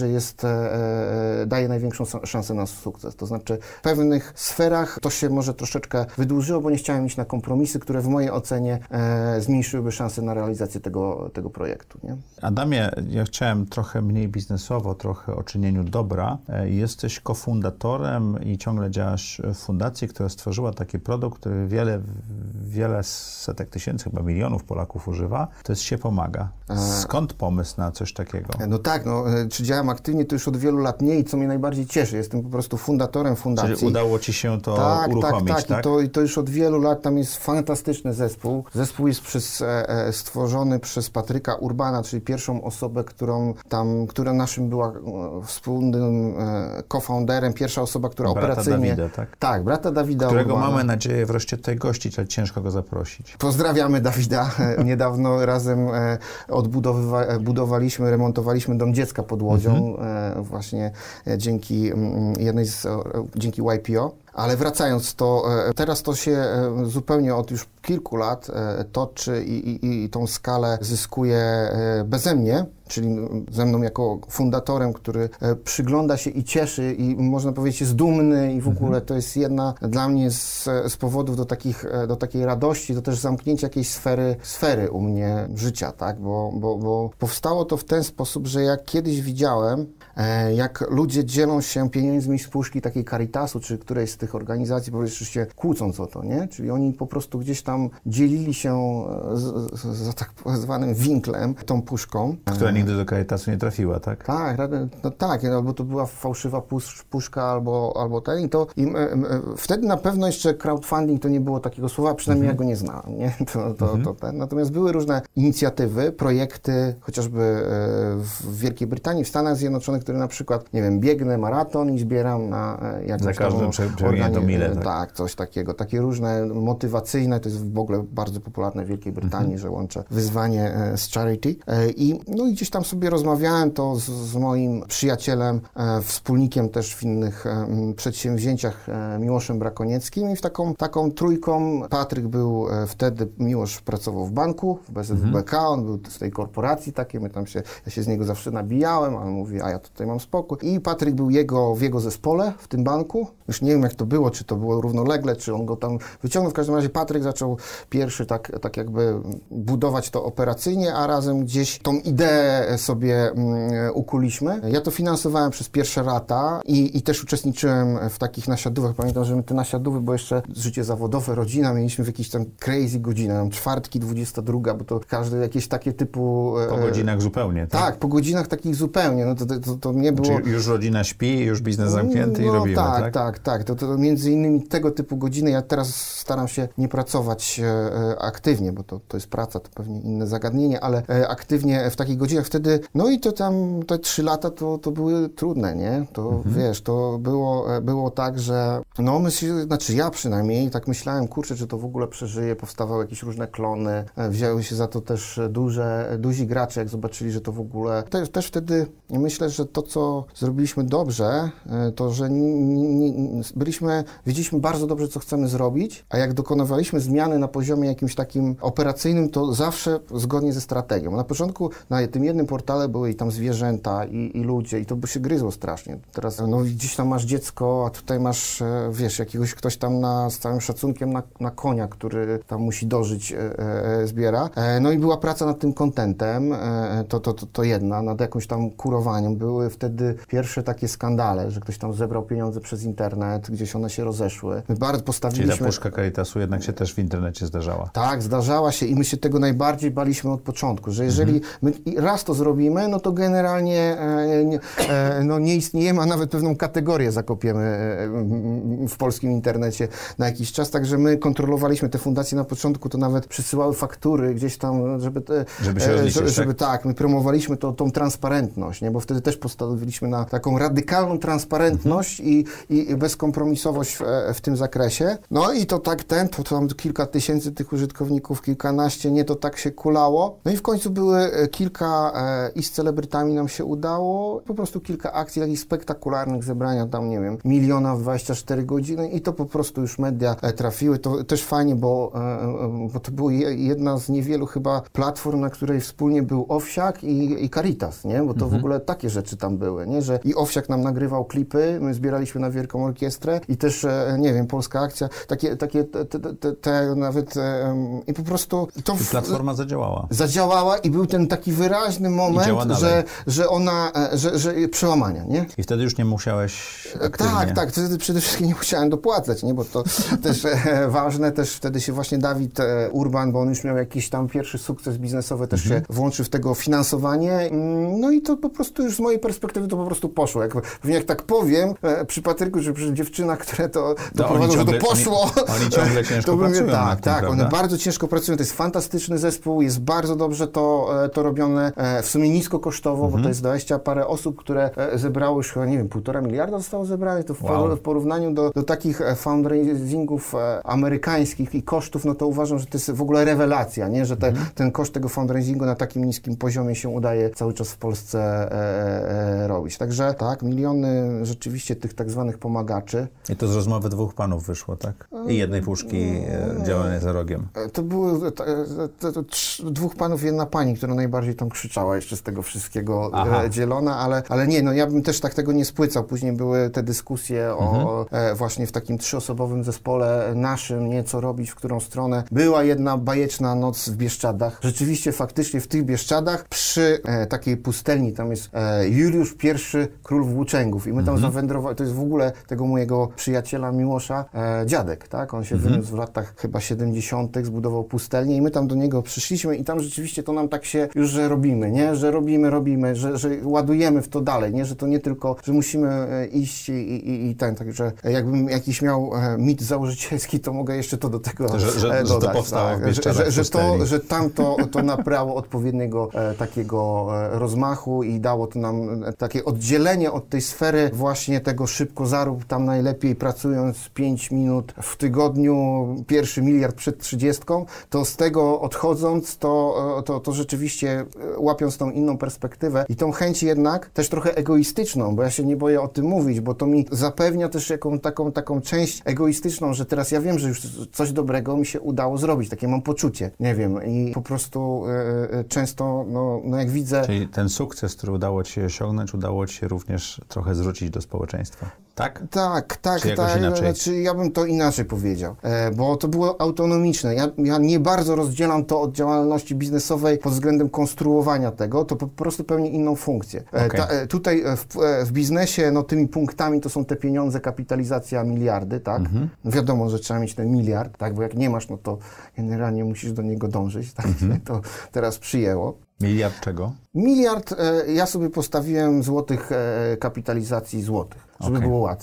daje największą szansę na sukces. To znaczy w pewnych sferach to się może troszeczkę wydłużyło, bo nie chciałem iść na kompromisy, które w mojej ocenie zmniejszyłyby szanse na realizację tego projektu. Nie? Adamie, ja chciałem trochę mniej biznesowo, trochę o czynieniu dobra. Jesteś kofundatorem i ciągle działasz w fundacji, która stworzyła taki produkt, który wiele setek tysięcy, chyba milionów Polaków używa, to jest Się Pomaga. Skąd pomysł na coś takiego? No tak, czy działam aktywnie, to już od wielu lat nie i co mnie najbardziej cieszy, jestem po prostu fundatorem fundacji. Czyli udało Ci się to uruchomić, tak? I to już od wielu lat, tam jest fantastyczny zespół. Zespół jest stworzony przez Patryka Urbana, czyli pierwszą osobę, która naszym była wspólnym co-founderem, pierwsza osoba, która brata operacyjnie... Dawida, tak? Tak, brata Dawida Którego Urbana. mamy nadzieję wreszcie tutaj gościć, ale ciężko go zaprosić. Pozdrawiamy Dawida. Niedawno razem budowaliśmy, remontowaliśmy dom dziecka pod Łodzią, właśnie dzięki YPO. Ale wracając, teraz to się zupełnie od już kilku lat toczy i tą skalę zyskuje beze mnie, czyli ze mną jako fundatorem, który przygląda się i cieszy i można powiedzieć jest dumny i w ogóle to jest jedna dla mnie z powodów do takiej radości, to też zamknięcia jakiejś sfery u mnie życia, tak? Bo powstało to w ten sposób, że jak kiedyś widziałem, jak ludzie dzielą się pieniędzmi z puszki takiej Caritasu, czy którejś z tych organizacji, bo jeszcze się kłócąc o to, nie? Czyli oni po prostu gdzieś tam dzielili się za tak zwanym winklem, tą puszką. Która nigdy do Caritasu nie trafiła, tak? Tak, albo to była fałszywa puszka, albo ten. Wtedy na pewno jeszcze crowdfunding to nie było takiego słowa, przynajmniej ja go nie znałem, nie? Natomiast były różne inicjatywy, projekty, chociażby w Wielkiej Brytanii, w Stanach Zjednoczonych, które na przykład, nie wiem, biegnę maraton i zbieram na jakąś za każdym przebiegniętą milę, tak, coś takiego. Takie różne motywacyjne, to jest w ogóle bardzo popularne w Wielkiej Brytanii, że łączę wyzwanie z charity. I gdzieś tam sobie rozmawiałem to z moim przyjacielem, wspólnikiem też w innych przedsięwzięciach, Miłoszem Brakonieckim i w taką trójką. Patryk był wtedy, Miłosz pracował w banku, w BZWBK, on był z tej korporacji takiej, ja się z niego zawsze nabijałem, a on mówi, a ja tutaj mam spokój. I Patryk był w jego zespole w tym banku. Już nie wiem, jak to było, czy to było równolegle, czy on go tam wyciągnął. W każdym razie Patryk zaczął pierwszy tak jakby budować to operacyjnie, a razem gdzieś tą ideę sobie ukuliśmy. Ja to finansowałem przez pierwsze lata i też uczestniczyłem w takich nasiadówach. Pamiętam, że my te nasiadówy, bo jeszcze życie zawodowe, rodzina, mieliśmy w jakiejś tam crazy godzinę, czwartki, 22, bo to każde jakieś takie typu... Po godzinach zupełnie, tak? Tak, po godzinach takich zupełnie. No to nie było... Czyli już rodzina śpi, już biznes zamknięty i robimy, tak? Tak. To między innymi tego typu godziny. Ja teraz staram się nie pracować pracować aktywnie, bo to jest praca, to pewnie inne zagadnienie, ale aktywnie w takich godzinach wtedy, no i to tam te 3 lata to były trudne, nie? To wiesz, to było tak, że no znaczy ja przynajmniej tak myślałem, kurczę, czy to w ogóle przeżyje, powstawały jakieś różne klony, wzięły się za to też duzi gracze, jak zobaczyli, że to w ogóle... Też wtedy myślę, że to, co zrobiliśmy dobrze, to, że wiedzieliśmy bardzo dobrze, co chcemy zrobić, a jak dokonywaliśmy zmiany na poziomie jakimś takim operacyjnym, to zawsze zgodnie ze strategią. Na początku na tym jednym portale były i tam zwierzęta i ludzie i to by się gryzło strasznie. Teraz no gdzieś tam masz dziecko, a tutaj masz, wiesz, ktoś tam z całym szacunkiem na konia, który tam musi dożyć, zbiera. No i była praca nad tym contentem, to jedna, nad jakąś tam kurowaniem. Były wtedy pierwsze takie skandale, że ktoś tam zebrał pieniądze przez internet, gdzieś one się rozeszły. My bardzo postawiliśmy... Czyli ta puszka Caritasu jednak się też w internecie zdarzała. Tak, zdarzała się i my się tego najbardziej baliśmy od początku, że jeżeli my raz to zrobimy, no to generalnie nie istniejemy, a nawet pewną kategorię zakopiemy w polskim internecie na jakiś czas, także my kontrolowaliśmy te fundacje na początku, to nawet przysyłały faktury gdzieś tam, żeby się rozliczyć, tak, my promowaliśmy tą transparentność, nie? Bo wtedy też postawiliśmy na taką radykalną transparentność i bezkompromisowość w tym zakresie. No i to tak to tam kilka tysięcy tych użytkowników, kilkanaście, to tak się kulało. No i w końcu były kilka i z celebrytami nam się udało, po prostu kilka akcji takich spektakularnych, zebrania tam, nie wiem, 1 000 000 w 24 godziny i to po prostu już media trafiły. To też fajnie, bo to była jedna z niewielu chyba platform, na której wspólnie był Owsiak i Caritas, nie? Bo to w ogóle takie rzeczy tam były, nie? Że i Owsiak nam nagrywał klipy, my zbieraliśmy na Wielką Orkiestrę i też, nie wiem, Polska Akcja, te nawet i po prostu... I platforma zadziałała. Zadziałała i był ten taki wyraźny moment, że ona, że przełamania, nie? I wtedy już nie musiałeś aktywnie... Tak, wtedy przede wszystkim nie musiałem dopłacać, nie? Bo to też ważne, też wtedy się właśnie Dawid Urban, bo on już miał jakiś tam pierwszy sukces biznesowy, też się włączył w tego finansowanie, no i to po prostu już z mojej perspektywy to po prostu poszło. Jak tak powiem, przy Patryku, że przy dziewczynach, które to prowadzą, że to poszło. Oni ciągle ciężko pracują. Tak, one bardzo ciężko pracują, to jest fantastyczny zespół, jest bardzo dobrze to robione, w sumie niskokosztowo, bo to jest 20 parę osób, które zebrało już chyba, nie wiem, 1,5 miliarda zostało zebrane, to w porównaniu do takich fundraisingów amerykańskich i kosztów, no to uważam, że to jest w ogóle rewelacja, nie? Że ten koszt tego fundraisingu na takim niskim poziomie się udaje cały czas w Polsce robić. Także tak, miliony rzeczywiście tych tak zwanych pomagaczy. I to z rozmowy 2 panów wyszło, tak? I jednej puszki działania za rogiem. To były 2 panów, 1 pani, która najbardziej tam krzyczała jeszcze z tego wszystkiego dzielona, ale nie, no ja bym też tak tego nie spłycał. Później były te dyskusje właśnie w takim 3-osobowym zespole naszym, nie, co robić, w którą stronę. Była jedna bajeczna noc w Bieszczadach. Rzeczywiście, faktycznie w tych Bieszczadach przy takiej pustelni, tam jest Juliusz I, król włóczęgów i my tam zawędrowali, to jest w ogóle tego mojego przyjaciela Miłosza dziadek, tak? On się wyniósł w latach chyba 70., zbudował pustelnię i my tam do niego przyszliśmy i tam rzeczywiście to nam tak się już, że robimy, nie? Że robimy, że ładujemy w to dalej, nie? Że to nie tylko, że musimy iść i ten, także jakbym jakiś miał mit założycielski, to mogę jeszcze to do tego dodać. Że to powstało w Bieszczadach że tam to nabrało odpowiedniego takiego rozmachu i dało to nam takie oddzielenie od tej sfery właśnie tego szybko zarób, tam najlepiej pracując 5 minut w tygodniu, 1 miliard przed 30, to z tego odchodząc, to rzeczywiście łapiąc tą inną perspektywę i tą chęć jednak też trochę egoistyczną, bo ja się nie boję o tym mówić, bo to mi zapewnia też taką część egoistyczną, że teraz ja wiem, że już coś dobrego mi się udało zrobić, takie mam poczucie, nie wiem, i po prostu często, no jak widzę... Czyli ten sukces, który udało ci się osiągnąć, udało ci się również trochę zwrócić do społeczeństwa, tak? Tak. Inaczej? Znaczy, ja bym to inaczej powiedział, bo to było autonomiczne. Ja nie bardzo rozdzielam to od działalności biznesowej pod względem konstruowania tego, to po prostu pełni inną funkcję. Okay. Tutaj w biznesie, no tymi punktami to są te pieniądze, kapitalizacja, miliardy, tak? No wiadomo, że trzeba mieć ten miliard, tak? Bo jak nie masz, no to generalnie musisz do niego dążyć, tak? To teraz przyjęło. Miliard czego? Miliard ja sobie postawiłem złotych kapitalizacji złotych, żeby było łatwiej.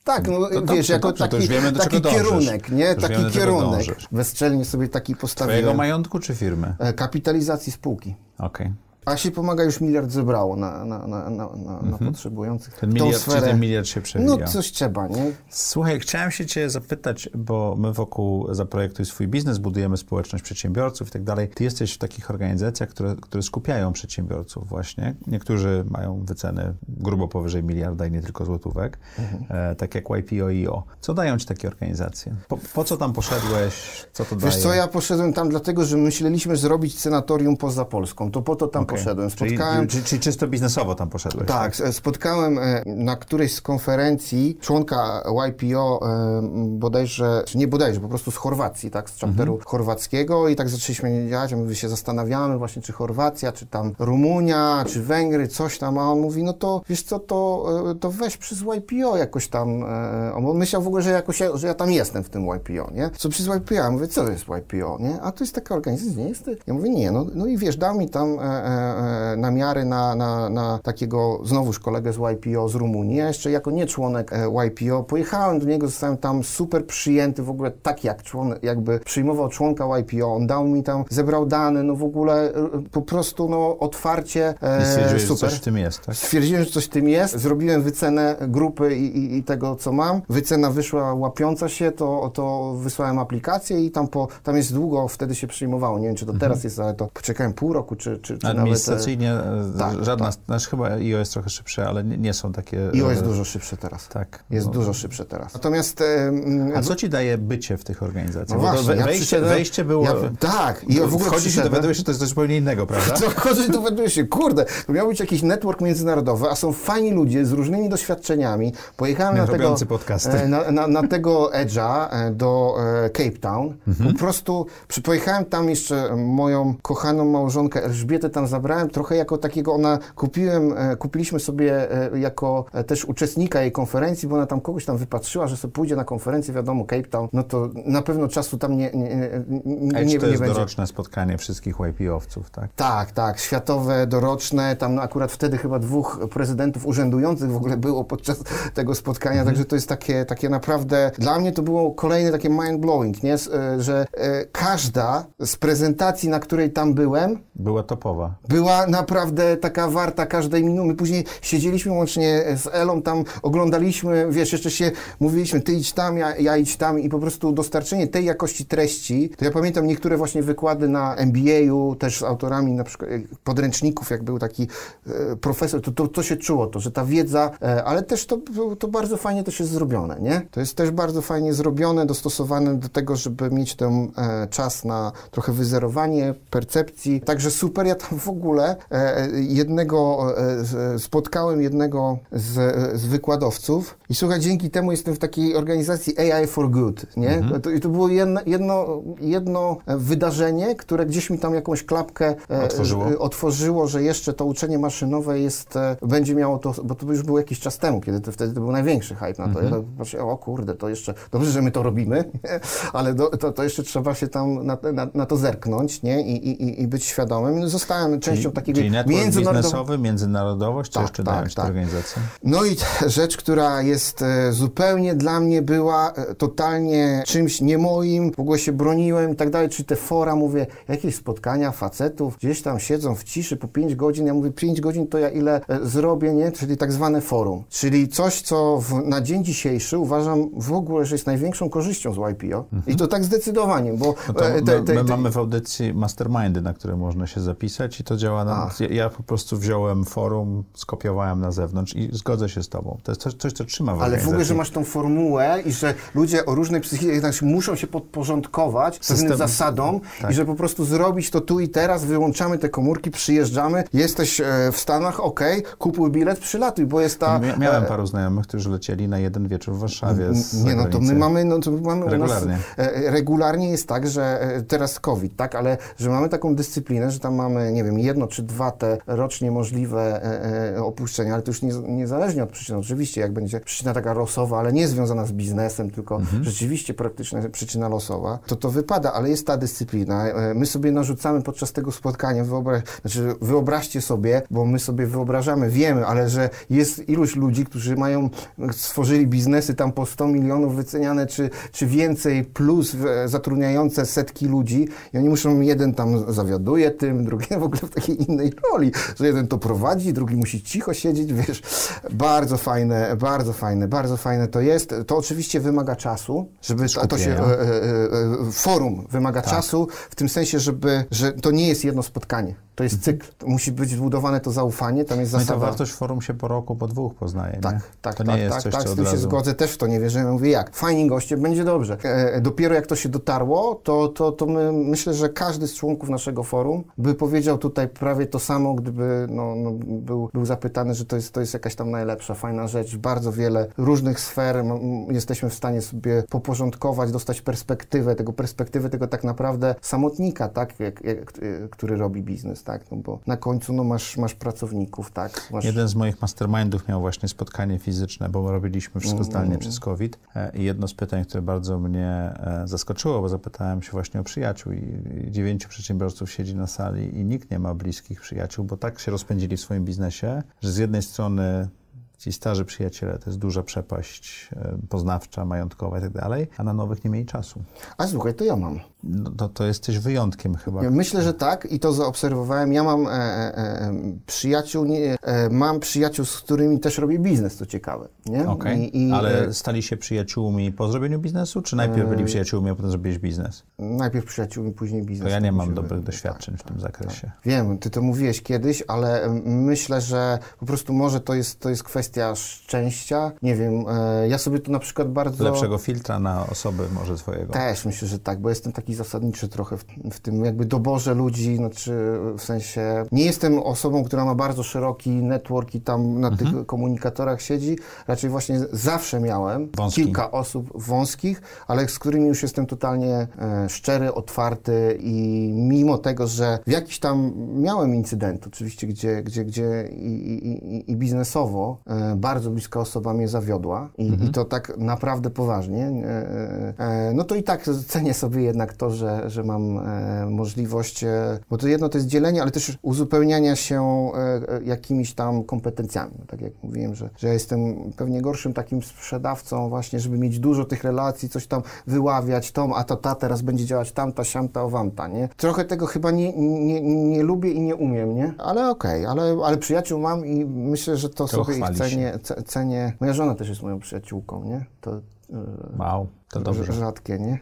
Tak, no to wiesz, jako taki kierunek, nie? Taki kierunek. Bezczelnie sobie taki postawiłem. Twojego majątku czy firmy? Kapitalizacji spółki. Okej. A się pomaga, już 1 miliard zebrało na potrzebujących. Ten miliard się przewija. No coś trzeba, nie? Słuchaj, chciałem się cię zapytać, bo my wokół Zaprojektuj swój biznes, budujemy społeczność przedsiębiorców i tak dalej. Ty jesteś w takich organizacjach, które skupiają przedsiębiorców właśnie. Niektórzy mają wyceny grubo powyżej 1 miliarda i nie tylko złotówek, tak jak YPO. Co dają ci takie organizacje? Po co tam poszedłeś? Co to daje? Wiesz co, ja poszedłem tam dlatego, że myśleliśmy zrobić senatorium poza Polską. To po to tam poszedłem. Czyli czysto biznesowo tam poszedłeś? Tak, spotkałem na którejś z konferencji członka YPO po prostu z Chorwacji, tak, z chapteru chorwackiego i tak zaczęliśmy działać, my się zastanawiamy właśnie, czy Chorwacja, czy tam Rumunia, czy Węgry, coś tam, a on mówi, no to wiesz co, to weź przez YPO jakoś tam, on myślał w ogóle, że ja tam jestem w tym YPO, nie? Co przez YPO? Ja mówię, co to jest YPO, nie? A to jest taka organizacja, nie jest? Ja mówię, nie, no i wiesz, dał mi tam namiary na takiego znowuż kolegę z YPO z Rumunii. Ja jeszcze jako nie członek YPO pojechałem do niego, zostałem tam super przyjęty, w ogóle tak jak jakby przyjmował członka YPO. On dał mi tam, zebrał dane, no w ogóle po prostu no otwarcie super. Że coś w tym jest, tak? Stwierdziłem, że coś w tym jest. Zrobiłem wycenę grupy i tego, co mam. Wycena wyszła łapiąca się, to wysłałem aplikację i tam jest długo, wtedy się przyjmowało. Nie wiem, czy to teraz jest, ale to poczekałem pół roku, czy administracyjnie żadna, znaczy chyba IO jest trochę szybsze, ale nie są takie... IO jest dużo szybsze teraz. Tak. Jest dużo szybsze teraz. Natomiast... A co ci daje bycie w tych organizacjach? No właśnie, wejście było... tak. I w ogóle wchodzisz i dowiadujesz się, to jest coś zupełnie innego, prawda? Wchodzisz i dowiadujesz się, kurde, to miał być jakiś network międzynarodowy, a są fajni ludzie z różnymi doświadczeniami. Pojechałem na tego Edge'a do Cape Town. Po prostu pojechałem tam jeszcze moją kochaną małżonkę Elżbietę tam zabrałem, trochę jako takiego, kupiliśmy sobie jako też uczestnika jej konferencji, bo ona tam kogoś tam wypatrzyła, że sobie pójdzie na konferencję, wiadomo, Cape Town, no to na pewno czasu tam nie będzie. To jest doroczne spotkanie wszystkich YPO-owców, tak? Tak, światowe, doroczne, tam akurat wtedy chyba 2 prezydentów urzędujących w ogóle było podczas tego spotkania, także to jest takie naprawdę, dla mnie to było kolejne takie mind-blowing, nie? Że każda z prezentacji, na której tam byłem, była topowa. Była naprawdę taka warta każdej minuty. My później siedzieliśmy łącznie z Elą, tam oglądaliśmy, wiesz, jeszcze się mówiliśmy, ty idź tam, ja idź tam i po prostu dostarczenie tej jakości treści. To ja pamiętam niektóre właśnie wykłady na MBA-u, też z autorami na przykład podręczników, jak był taki profesor, to się czuło, że ta wiedza, ale też to bardzo fajnie też jest zrobione, nie? To jest też bardzo fajnie zrobione, dostosowane do tego, żeby mieć ten czas na trochę wyzerowanie percepcji. Także super, ja tam w ogóle spotkałem jednego z wykładowców i słuchaj, dzięki temu jestem w takiej organizacji AI for Good, nie? I to było jedno wydarzenie, które gdzieś mi tam jakąś klapkę otworzyło, że jeszcze to uczenie maszynowe będzie miało to, bo to już było jakiś czas temu, kiedy wtedy to był największy hype na to. Ja tak patrzę, o kurde, to jeszcze, dobrze, że my to robimy, ale to jeszcze trzeba się tam na to zerknąć, nie? I być świadomym. Zostałem częścią takiego biznesowy, międzynarodowość, co jeszcze dają ci te organizacje? No i rzecz, która jest zupełnie dla mnie była totalnie czymś nie moim, w ogóle się broniłem i tak dalej, czy te fora, mówię, jakieś spotkania facetów, gdzieś tam siedzą w ciszy po 5 godzin, ja mówię, 5 godzin to ja ile zrobię, nie? Czyli tak zwane forum, czyli coś, co na dzień dzisiejszy uważam w ogóle, że jest największą korzyścią z YPO i to tak zdecydowanie, bo... My mamy w audycji mastermindy, na które można się zapisać i to działa ja po prostu wziąłem forum, skopiowałem na zewnątrz i zgodzę się z tobą. To jest coś, co trzyma w organizacji. Ale w ogóle, że masz tą formułę i że ludzie o różnej psychice muszą się podporządkować pewnym zasadom i że po prostu zrobić to tu i teraz, wyłączamy te komórki, przyjeżdżamy, jesteś w Stanach, kupuj bilet, przylatuj, bo jest ta... Miałem paru znajomych, którzy lecieli na jeden wieczór w Warszawie to my mamy regularnie. Regularnie jest tak, że teraz COVID, tak, ale że mamy taką dyscyplinę, że tam mamy, nie wiem, 1 czy 2 te rocznie możliwe opuszczenia, ale to już niezależnie od przyczyn. Oczywiście, jak będzie przyczyna taka losowa, ale nie związana z biznesem, tylko rzeczywiście praktyczna przyczyna losowa, to wypada, ale jest ta dyscyplina. My sobie narzucamy podczas tego spotkania, wyobraźcie sobie, bo my sobie wyobrażamy, wiemy, ale że jest iluś ludzi, którzy stworzyli biznesy tam po 100 milionów wyceniane, czy więcej, plus zatrudniające setki ludzi i oni muszą, jeden tam zawiaduje tym, drugi w ogóle w takiej innej roli, że jeden to prowadzi, drugi musi cicho siedzieć, wiesz, bardzo fajne to jest. To oczywiście wymaga czasu, żeby forum wymaga czasu, w tym sensie, że to nie jest jedno spotkanie. To jest cykl. To musi być zbudowane to zaufanie, tam jest zasada. No i ta wartość forum się po roku, po 2 poznaje, tak, nie? Tak, to nie jest coś, z tym się zgodzę, też w to nie wierzę. Mówię, jak? Fajni goście, będzie dobrze. Dopiero jak to się dotarło, to myślę, że każdy z członków naszego forum by powiedział tutaj prawie to samo, gdyby był zapytany, że to jest jakaś tam najlepsza, fajna rzecz. Bardzo wiele różnych sfer jesteśmy w stanie sobie poporządkować, dostać perspektywę tego tak naprawdę samotnika, tak? Który robi biznes. Tak, no bo na końcu masz pracowników, tak? Jeden z moich mastermindów miał właśnie spotkanie fizyczne, bo robiliśmy wszystko zdalnie przez COVID i jedno z pytań, które bardzo mnie zaskoczyło, bo zapytałem się właśnie o przyjaciół i 9 przedsiębiorców siedzi na sali i nikt nie ma bliskich przyjaciół, bo tak się rozpędzili w swoim biznesie, że z jednej strony ci starzy przyjaciele, to jest duża przepaść poznawcza, majątkowa i tak dalej, a na nowych nie mieli czasu. A słuchaj, to ja mam. No, to jesteś wyjątkiem chyba. Myślę, że tak i to zaobserwowałem. Ja mam przyjaciół, z którymi też robię biznes, co ciekawe. Nie? Okej. Ale stali się przyjaciółmi po zrobieniu biznesu, czy najpierw byli przyjaciółmi, a potem zrobiłeś biznes? Najpierw przyjaciółmi, później biznes. To ja nie mam dobrych doświadczeń w tym zakresie. Tak. Wiem, ty to mówiłeś kiedyś, ale myślę, że po prostu może to jest kwestia szczęścia. Nie wiem, ja sobie tu na przykład bardzo... Lepszego filtra na osoby może twojego. Też myślę, że tak, bo jestem taki zasadniczy trochę w tym jakby doborze ludzi, znaczy w sensie nie jestem osobą, która ma bardzo szeroki network i tam na tych komunikatorach siedzi, raczej właśnie zawsze miałem kilka osób wąskich, ale z którymi już jestem totalnie szczery, otwarty i mimo tego, że w jakiś tam miałem incydent oczywiście, gdzie i biznesowo bardzo bliska osoba mnie zawiodła i to tak naprawdę poważnie, no to i tak cenię sobie jednak to, że mam możliwość, bo to jedno to jest dzielenie, ale też uzupełniania się jakimiś tam kompetencjami. No, tak jak mówiłem, że ja jestem pewnie gorszym takim sprzedawcą właśnie, żeby mieć dużo tych relacji, coś tam wyławiać, ta teraz będzie działać tamta, siamta, owamta, nie? Trochę tego chyba nie lubię i nie umiem, nie? Ale okej, ale przyjaciół mam i myślę, że to sobie ich cenię. Moja żona też jest moją przyjaciółką, nie? To wow, to dobrze. Rzadkie, nie?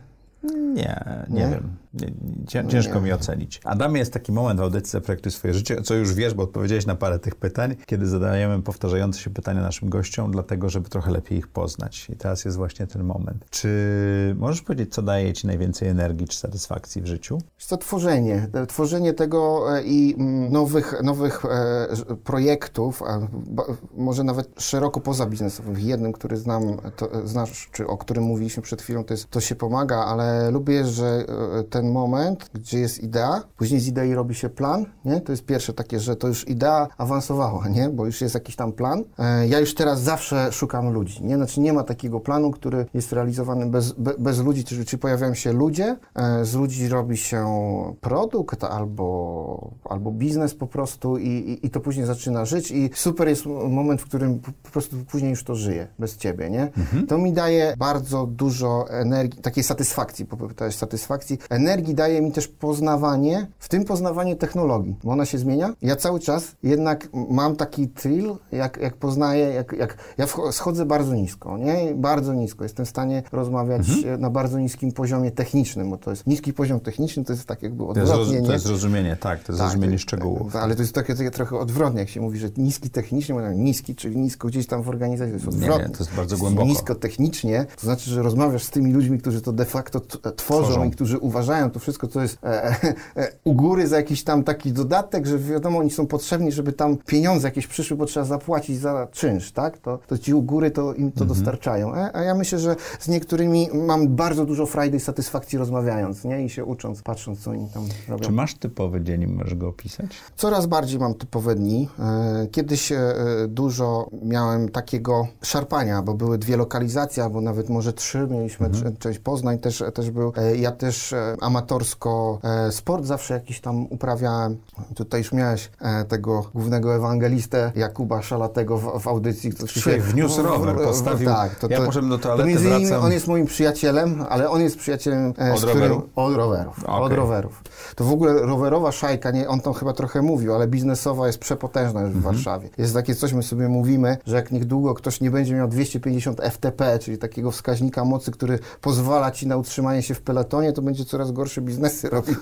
Nie wiem. Ciężko mi ocenić. Adamie, jest taki moment w audycji Zaprojektuj swoje życie, co już wiesz, bo odpowiedziałeś na parę tych pytań, kiedy zadajemy powtarzające się pytania naszym gościom, dlatego, żeby trochę lepiej ich poznać. I teraz jest właśnie ten moment. Czy możesz powiedzieć, co daje ci najwięcej energii czy satysfakcji w życiu? To tworzenie tego i nowych projektów, a może nawet szeroko pozabiznesowych. Jednym, który znasz, czy o którym mówiliśmy przed chwilą, to się pomaga, ale lubię, że ten moment, gdzie jest idea, później z idei robi się plan, nie? To jest pierwsze takie, że to już idea awansowała, nie? Bo już jest jakiś tam plan. Ja już teraz zawsze szukam ludzi, nie? Znaczy nie ma takiego planu, który jest realizowany bez ludzi, czy pojawiają się ludzie, z ludzi robi się produkt albo biznes po prostu i to później zaczyna żyć i super jest moment, w którym po prostu później już to żyje bez ciebie, nie? To mi daje bardzo dużo energii, takiej satysfakcji, popytałeś satysfakcji. Energii daje mi też poznawanie, w tym poznawanie technologii, bo ona się zmienia. Ja cały czas jednak mam taki thrill, jak poznaję, ja schodzę bardzo nisko, nie? Bardzo nisko. Jestem w stanie rozmawiać na bardzo niskim poziomie technicznym, bo to jest niski poziom techniczny, to jest tak jakby odwrotnie. To jest zrozumienie, tak, to jest zrozumienie szczegółów. Ale to jest takie trochę odwrotnie, jak się mówi, że niski technicznie, bo niski, czyli nisko gdzieś tam w organizacji, to jest odwrotnie. Nie, to jest bardzo głęboko. Nisko technicznie, to znaczy, że rozmawiasz z tymi ludźmi, którzy to de facto tworzą i którzy uważają to wszystko, co jest u góry za jakiś tam taki dodatek, że wiadomo, oni są potrzebni, żeby tam pieniądze jakieś przyszły, bo trzeba zapłacić za czynsz, tak? To ci u góry to im to dostarczają. A ja myślę, że z niektórymi mam bardzo dużo frajdy i satysfakcji rozmawiając, nie? I się ucząc, patrząc, co oni tam robią. Czy masz typowy dzień i możesz go opisać? Coraz bardziej mam typowe dni. Kiedyś dużo miałem takiego szarpania, bo były 2 lokalizacje, albo nawet może 3. Mieliśmy część Poznań, też był. Ja też amatorsko sport zawsze jakiś tam uprawiałem. Tutaj już miałeś tego głównego ewangelistę Jakuba Szalatego w audycji. Dzisiaj wniósł rower, postawił. Tak, ja poszedłem do toalety, między innymi wracam. On jest moim przyjacielem, ale on jest przyjacielem od rowerów. Okay. Od rowerów. To w ogóle rowerowa szajka, nie, on tam chyba trochę mówił, ale biznesowa jest przepotężna już w Warszawie. Jest takie coś, my sobie mówimy, że jak niedługo ktoś nie będzie miał 250 FTP, czyli takiego wskaźnika mocy, który pozwala ci na utrzymanie się w peletonie, to będzie coraz gorsze biznesy robił.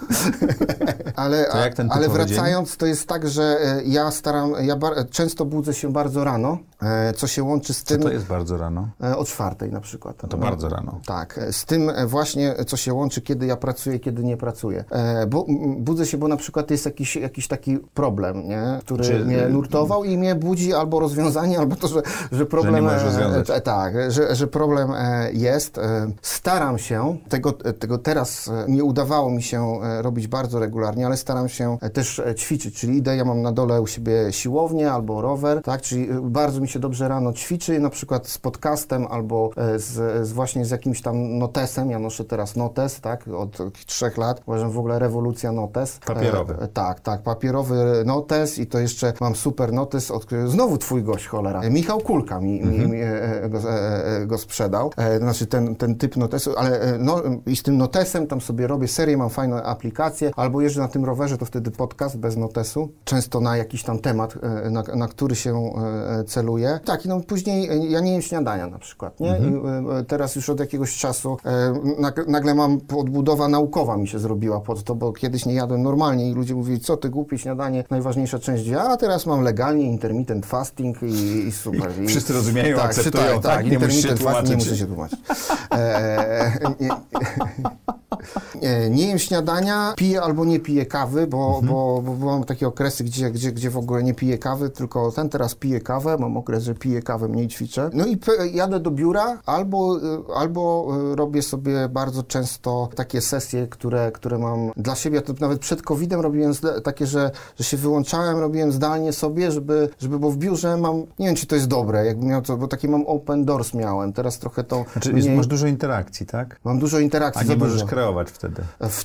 ale wracając, to jest tak, że ja często budzę się bardzo rano, co się łączy z tym... Co to jest bardzo rano? O 4 na przykład. No to bardzo rano. Tak, z tym właśnie, co się łączy, kiedy ja pracuję, kiedy nie pracuję. Bo budzę się, bo na przykład jest jakiś taki problem, nie? Który mnie nurtował i mnie budzi albo rozwiązanie, albo to, że problem... Że nie możesz rozwiązać. Tak, że problem jest. Staram się, tego teraz nie udawało mi się robić bardzo regularnie, ale staram się też ćwiczyć, czyli ja mam na dole u siebie siłownię albo rower, tak, czyli bardzo mi się dobrze rano ćwiczy, na przykład z podcastem albo właśnie z jakimś tam notesem. Ja noszę teraz notes, tak, od 3 lat. Uważam w ogóle rewolucja notes. Papierowy. Tak, papierowy notes i to jeszcze mam super notes, od którego znowu twój gość, cholera. Michał Kulka mi go sprzedał. Znaczy ten typ notesu, ale i z tym notesem tam sobie robię serię, mam fajne aplikacje, albo jeżdżę na tym rowerze, to wtedy podcast bez notesu. Często na jakiś tam temat, na który się celuje. Tak, i no później ja nie jem śniadania na przykład, nie? I teraz już od jakiegoś czasu nagle mam odbudowa naukowa mi się zrobiła pod to, bo kiedyś nie jadłem normalnie i ludzie mówili, co ty głupie śniadanie, najważniejsza część dnia, a teraz mam legalnie intermittent fasting i super. Wszyscy rozumieją, akceptują, tak, nie musisz się tłumaczyć. Nie muszę się tłumaczyć. Nie jem śniadania, piję albo nie piję kawy, bo mam takie okresy, gdzie w ogóle nie piję kawy, tylko teraz piję kawę, mam okres, że piję kawę, mniej ćwiczę. No i jadę do biura, albo robię sobie bardzo często takie sesje, które mam dla siebie. Ja to nawet przed COVID-em robiłem takie, że się wyłączałem, robiłem zdalnie sobie, żeby bo w biurze mam, nie wiem, czy to jest dobre, jakbym miał to, bo takie mam open doors miałem, teraz trochę to... Znaczy masz dużo interakcji, tak? Mam dużo interakcji. A nie możesz kreować wtedy?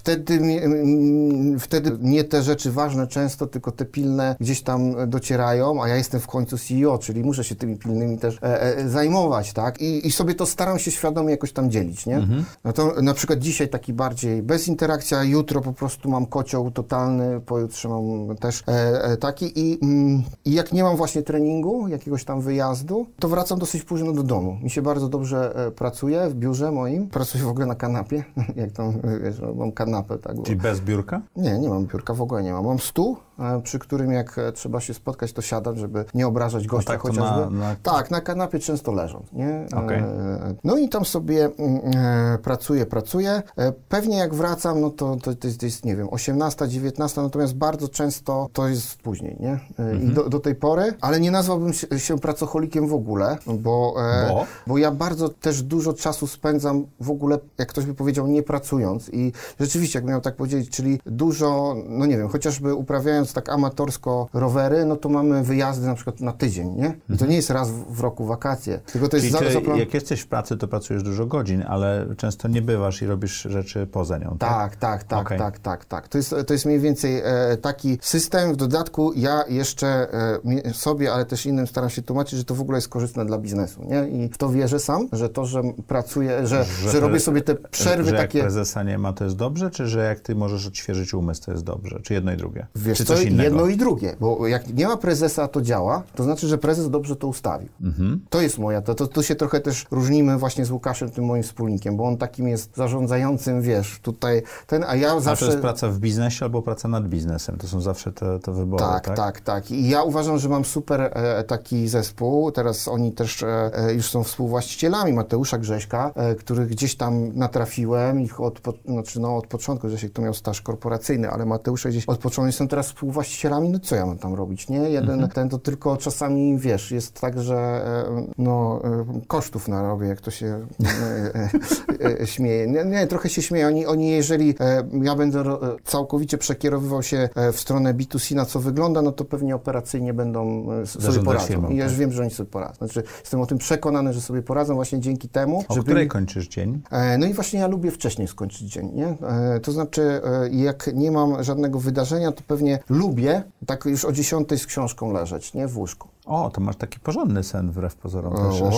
Wtedy nie te rzeczy ważne często, tylko te pilne gdzieś tam docierają, a ja jestem w końcu CEO, czyli muszę się tymi pilnymi też zajmować, tak? I sobie to staram się świadomie jakoś tam dzielić, nie? No to na przykład dzisiaj taki bardziej bez interakcji, a jutro po prostu mam kocioł totalny, pojutrze mam też taki i jak nie mam właśnie treningu, jakiegoś tam wyjazdu, to wracam dosyć późno do domu. Mi się bardzo dobrze pracuje w biurze moim. Pracuję w ogóle na kanapie, jak tam, wiesz, mam kanapę, tak? Czyli bez biurka? Nie mam biurka, w ogóle nie mam. Mam stół, przy którym jak trzeba się spotkać, to siadam, żeby nie obrażać gościa, tak, chociażby. Tak, na kanapie często leżąc, nie? Okay. No i tam sobie pracuję. Pewnie jak wracam, no to jest, nie wiem, 18, 19, natomiast bardzo często to jest później, nie? I do tej pory, ale nie nazwałbym się pracocholikiem w ogóle, bo ja bardzo też dużo czasu spędzam w ogóle, jak ktoś by powiedział, nie pracując i rzeczywiście, jak miał tak powiedzieć, czyli dużo, no nie wiem, chociażby uprawiając tak amatorsko rowery, no to mamy wyjazdy na przykład na tydzień, nie? I to nie jest raz w roku wakacje, tylko to jest jak jesteś w pracy, to pracujesz dużo godzin, ale często nie bywasz i robisz rzeczy poza nią, tak? Tak. To jest mniej więcej taki system. W dodatku ja jeszcze sobie, ale też innym staram się tłumaczyć, że to w ogóle jest korzystne dla biznesu, nie? I w to wierzę sam, że to, że pracuję, że robię sobie te przerwy że takie... prezesa prezesa nie ma, to jest dobrze, czy że jak ty możesz odświeżyć umysł, to jest dobrze? Czy jedno i drugie? Wiesz czy co, coś innego? jedno i drugie, bo jak nie ma prezesa, to działa, to znaczy, że prezes dobrze to ustawił. To jest moja, to się trochę też różnimy właśnie z Łukaszem, tym moim wspólnikiem, bo on takim jest zarządzającym, wiesz, tutaj a ja zawsze... A to jest praca w biznesie albo praca nad biznesem, to są zawsze te wybory, tak. I ja uważam, że mam super taki zespół, teraz oni też już są współwłaścicielami Mateusza Grześka, których gdzieś tam natrafiłem, ich od początku, Grzesiek to miał staż korporacyjny, ale Mateusza gdzieś od początku są teraz współwłaścicielami, no co ja mam tam robić, nie? Jeden, ten to tylko czasami, wiesz, jest tak, że kosztów narobię, jak to się śmieje. Nie, trochę się śmieję. Oni jeżeli ja będę całkowicie przekierowywał się w stronę B2C, na co wygląda, no to pewnie operacyjnie będą sobie poradzą. Firmą, I ja już wiem, że oni sobie poradzą. Znaczy, jestem o tym przekonany, że sobie poradzą właśnie dzięki temu. O której kończysz dzień? No i właśnie ja lubię wcześniej skończyć dzień, nie? To znaczy, jak nie mam żadnego wydarzenia, to pewnie lubię tak już o 10 z książką leżeć, nie? W łóżku. O, to masz taki porządny sen wbrew pozorom.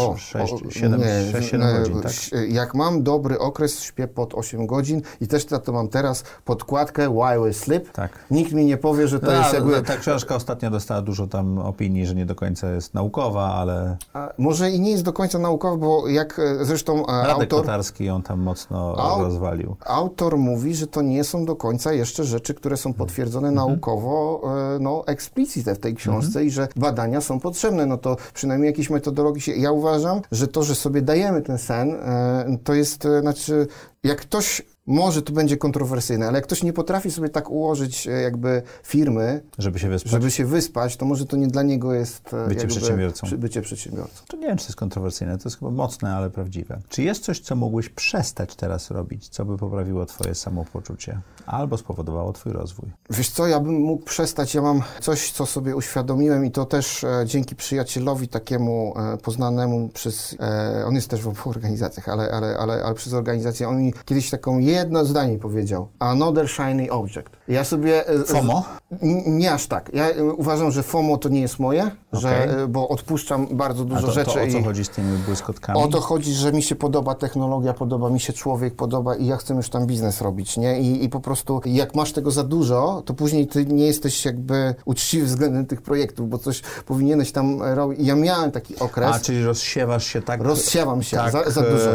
6-7 godzin, tak? Jak mam dobry okres, śpię pod 8 godzin i też to mam teraz podkładkę While We Sleep. Tak. Nikt mi nie powie, że to jest jakby... Ta książka ostatnio dostała dużo tam opinii, że nie do końca jest naukowa, ale... Może i nie jest do końca naukowa, bo jak zresztą Radek Kotarski ją tam mocno rozwalił. Autor mówi, że to nie są do końca jeszcze rzeczy, które są potwierdzone naukowo, explicite w tej książce i że badania są potrzebne, no to przynajmniej jakieś metodologii się... Ja uważam, że to, że sobie dajemy ten sen, to jest, jak ktoś... Może to będzie kontrowersyjne, ale jak ktoś nie potrafi sobie tak ułożyć jakby firmy, żeby się wyspać, to może to nie dla niego jest bycie przedsiębiorcą. To nie wiem, czy to jest kontrowersyjne, to jest chyba mocne, ale prawdziwe. Czy jest coś, co mógłbyś przestać teraz robić, co by poprawiło twoje samopoczucie albo spowodowało twój rozwój? Wiesz co, ja bym mógł przestać, ja mam coś, co sobie uświadomiłem i to też dzięki przyjacielowi takiemu poznanemu on jest też w obu organizacjach, ale przez organizację, on mi kiedyś taką jedno zdanie powiedział. Another shiny object. Ja sobie... FOMO? Nie aż tak. Ja uważam, że FOMO to nie jest moje, bo odpuszczam bardzo dużo rzeczy. To o co chodzi z tymi błyskotkami? O to chodzi, że mi się podoba technologia, podoba mi się człowiek, i ja chcę już tam biznes robić, nie? I po prostu jak masz tego za dużo, to później ty nie jesteś jakby uczciwy względem tych projektów, bo coś powinieneś tam robić. Ja miałem taki okres. Czyli rozsiewasz się tak... Rozsiewam się za dużo.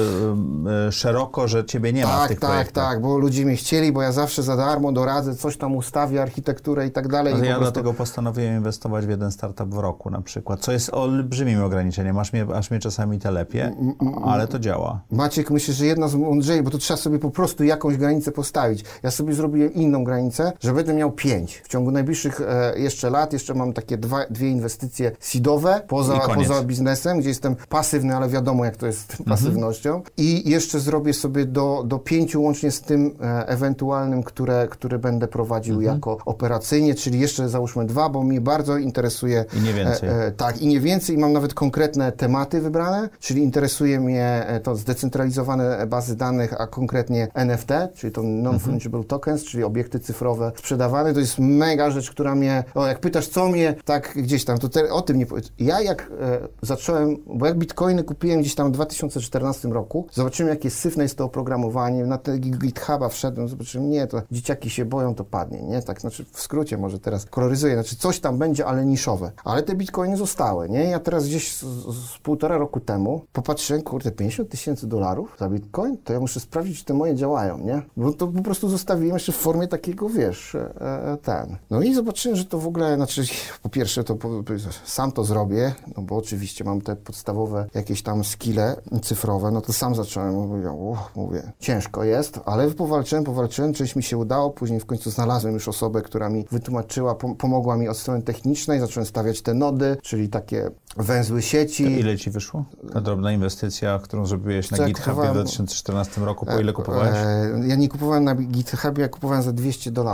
Szeroko, że ciebie nie ma w tych projektach. Tak, bo ludzie mnie chcieli, bo ja zawsze za darmo doradzę, coś tam ustawię, architekturę i tak dalej. Ja dlatego postanowiłem inwestować w jeden startup w roku na przykład, co jest olbrzymim ograniczeniem, aż mnie czasami telepie, ale to działa. Maciek, myślę, że jedna z mądrzej, bo to trzeba sobie po prostu jakąś granicę postawić. Ja sobie zrobiłem inną granicę, że będę miał 5. W ciągu najbliższych jeszcze lat, jeszcze mam takie dwie inwestycje seedowe, poza biznesem, gdzie jestem pasywny, ale wiadomo jak to jest pasywnością. I jeszcze zrobię sobie do 5 łącznie z tym ewentualnym, które będę prowadził jako operacyjnie, czyli jeszcze załóżmy 2, bo mnie bardzo interesuje... I nie więcej. I nie więcej. I mam nawet konkretne tematy wybrane, czyli interesuje mnie to zdecentralizowane bazy danych, a konkretnie NFT, czyli to non-fungible tokens, czyli obiekty cyfrowe sprzedawane. To jest mega rzecz, która mnie... jak pytasz, co mnie tak gdzieś tam, to o tym nie powiedz. Ja jak zacząłem, bo jak bitcoiny kupiłem gdzieś tam w 2014 roku, zobaczyłem, jakie syfne jest to oprogramowanie, na tego GitHuba wszedłem, zobaczyłem, nie, to dzieciaki się boją, to padnie, nie? Tak, znaczy w skrócie może teraz koloryzuję, znaczy coś tam będzie, ale niszowe. Ale te bitcoiny zostały, nie? Ja teraz gdzieś z 1,5 roku temu popatrzyłem, kurde, $50,000 za bitcoin? To ja muszę sprawdzić, czy te moje działają, nie? Bo to po prostu zostawiłem jeszcze w formie takiego, wiesz, No i zobaczyłem, że to w ogóle, znaczy po pierwsze to sam to zrobię, no bo oczywiście mam te podstawowe jakieś tam skille cyfrowe, no to sam zacząłem, mówię, ciężko jest, ale powalczyłem, część mi się udało, później w końcu znalazłem już osobę, która mi wytłumaczyła, pomogła mi od strony technicznej, zacząłem stawiać te nody, czyli takie węzły sieci. To ile ci wyszło? Ta drobna inwestycja, którą zrobiłeś na GitHubie w 2014 roku, po ile kupowałeś? Ja nie kupowałem na GitHubie, ja kupowałem za $200.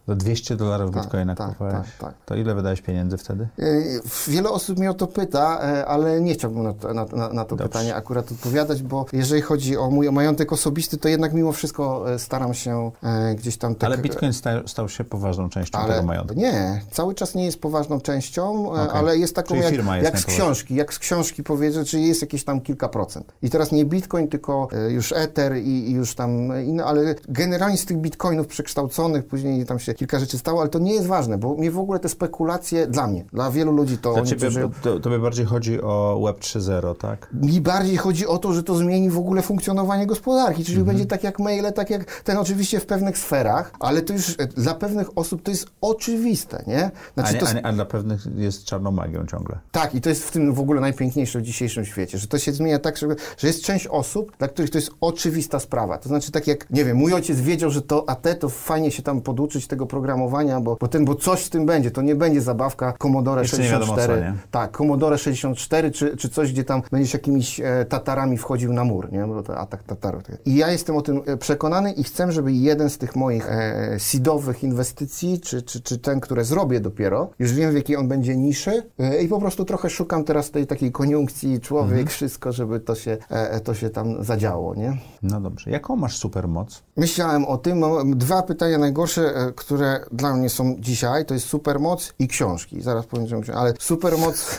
Do $200 bitcoina kupowałeś? Tak. To ile wydałeś pieniędzy wtedy? Wiele osób mnie o to pyta, ale nie chciałbym na to pytanie akurat odpowiadać, bo jeżeli chodzi o mój majątek osobisty, to jednak mimo wszystko staram się gdzieś tam... Ale bitcoin stał się poważną częścią tego majątku? Nie, cały czas nie jest poważną częścią, ale jest taką jak z książki powiedzieć, że jest jakieś tam kilka procent. I teraz nie bitcoin, tylko już Ether i już tam inne, ale generalnie z tych bitcoinów przekształconych, później tam się kilka rzeczy stało, ale to nie jest ważne, bo mnie w ogóle te spekulacje, dla wielu ludzi to... Tobie bardziej chodzi o Web 3.0, tak? Mi bardziej chodzi o to, że to zmieni w ogóle funkcjonowanie gospodarki, czyli będzie tak jak maile, tak jak ten oczywiście w pewnych sferach, ale to już dla pewnych osób to jest oczywiste, nie? Znaczy, a dla pewnych jest czarną magią ciągle. Tak, i to jest w tym w ogóle najpiękniejsze w dzisiejszym świecie, że to się zmienia tak, że jest część osób, dla których to jest oczywista sprawa. To znaczy tak jak, nie wiem, mój ojciec wiedział, że to AT, to fajnie się tam poduczyć tego programowania, bo coś z tym będzie. To nie będzie zabawka Commodore 64. Nie wiadomo co, nie? Tak, Commodore 64 czy coś, gdzie tam będziesz jakimiś Tatarami wchodził na mur, nie? Bo to atak Tatarów. I ja jestem o tym przekonany i chcę, żeby jeden z tych moich seedowych inwestycji, czy ten, które zrobię dopiero, już wiem, w jakiej on będzie niszy i po prostu trochę szukam teraz tej takiej koniunkcji człowiek, wszystko, żeby to się tam zadziało, nie? No dobrze. Jaką masz supermoc? Myślałem o tym. Mam dwa pytania najgorsze, które dla mnie są dzisiaj. To jest supermoc i książki. Zaraz powiem, ale supermoc...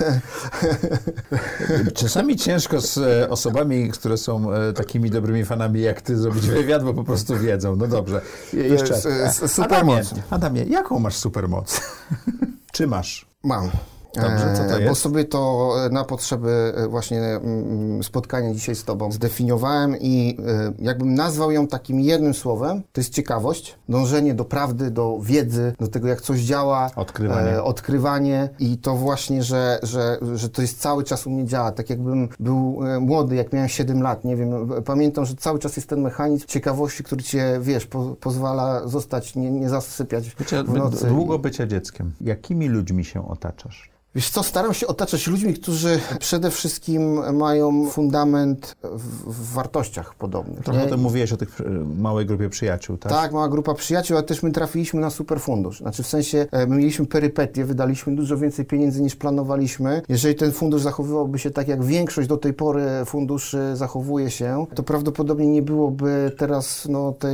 Czasami ciężko z osobami, które są takimi dobrymi fanami jak ty, zrobić wywiad, bo po prostu wiedzą. No dobrze. Jeszcze. Supermoc. Adamie, jaką masz supermoc? Czy masz? Mam. Dobrze, co to jest? Bo sobie to na potrzeby właśnie spotkania dzisiaj z tobą zdefiniowałem i jakbym nazwał ją takim jednym słowem, to jest ciekawość, dążenie do prawdy, do wiedzy, do tego, jak coś działa. Odkrywanie i to właśnie, że to jest cały czas u mnie działa. Tak jakbym był młody, jak miałem 7 lat, nie wiem, pamiętam, że cały czas jest ten mechanizm ciekawości, który cię, wiesz, pozwala zostać, nie zasypiać w nocy. Długo bycia dzieckiem. Jakimi ludźmi się otaczasz? Wiesz co, staram się otaczać ludźmi, którzy przede wszystkim mają fundament w wartościach podobnych. Trochę o tym mówiłeś, o tych małej grupie przyjaciół, tak? Tak, mała grupa przyjaciół, ale też my trafiliśmy na superfundusz. Znaczy w sensie, my mieliśmy perypetie, wydaliśmy dużo więcej pieniędzy niż planowaliśmy. Jeżeli ten fundusz zachowywałby się tak, jak większość do tej pory funduszy zachowuje się, to prawdopodobnie nie byłoby teraz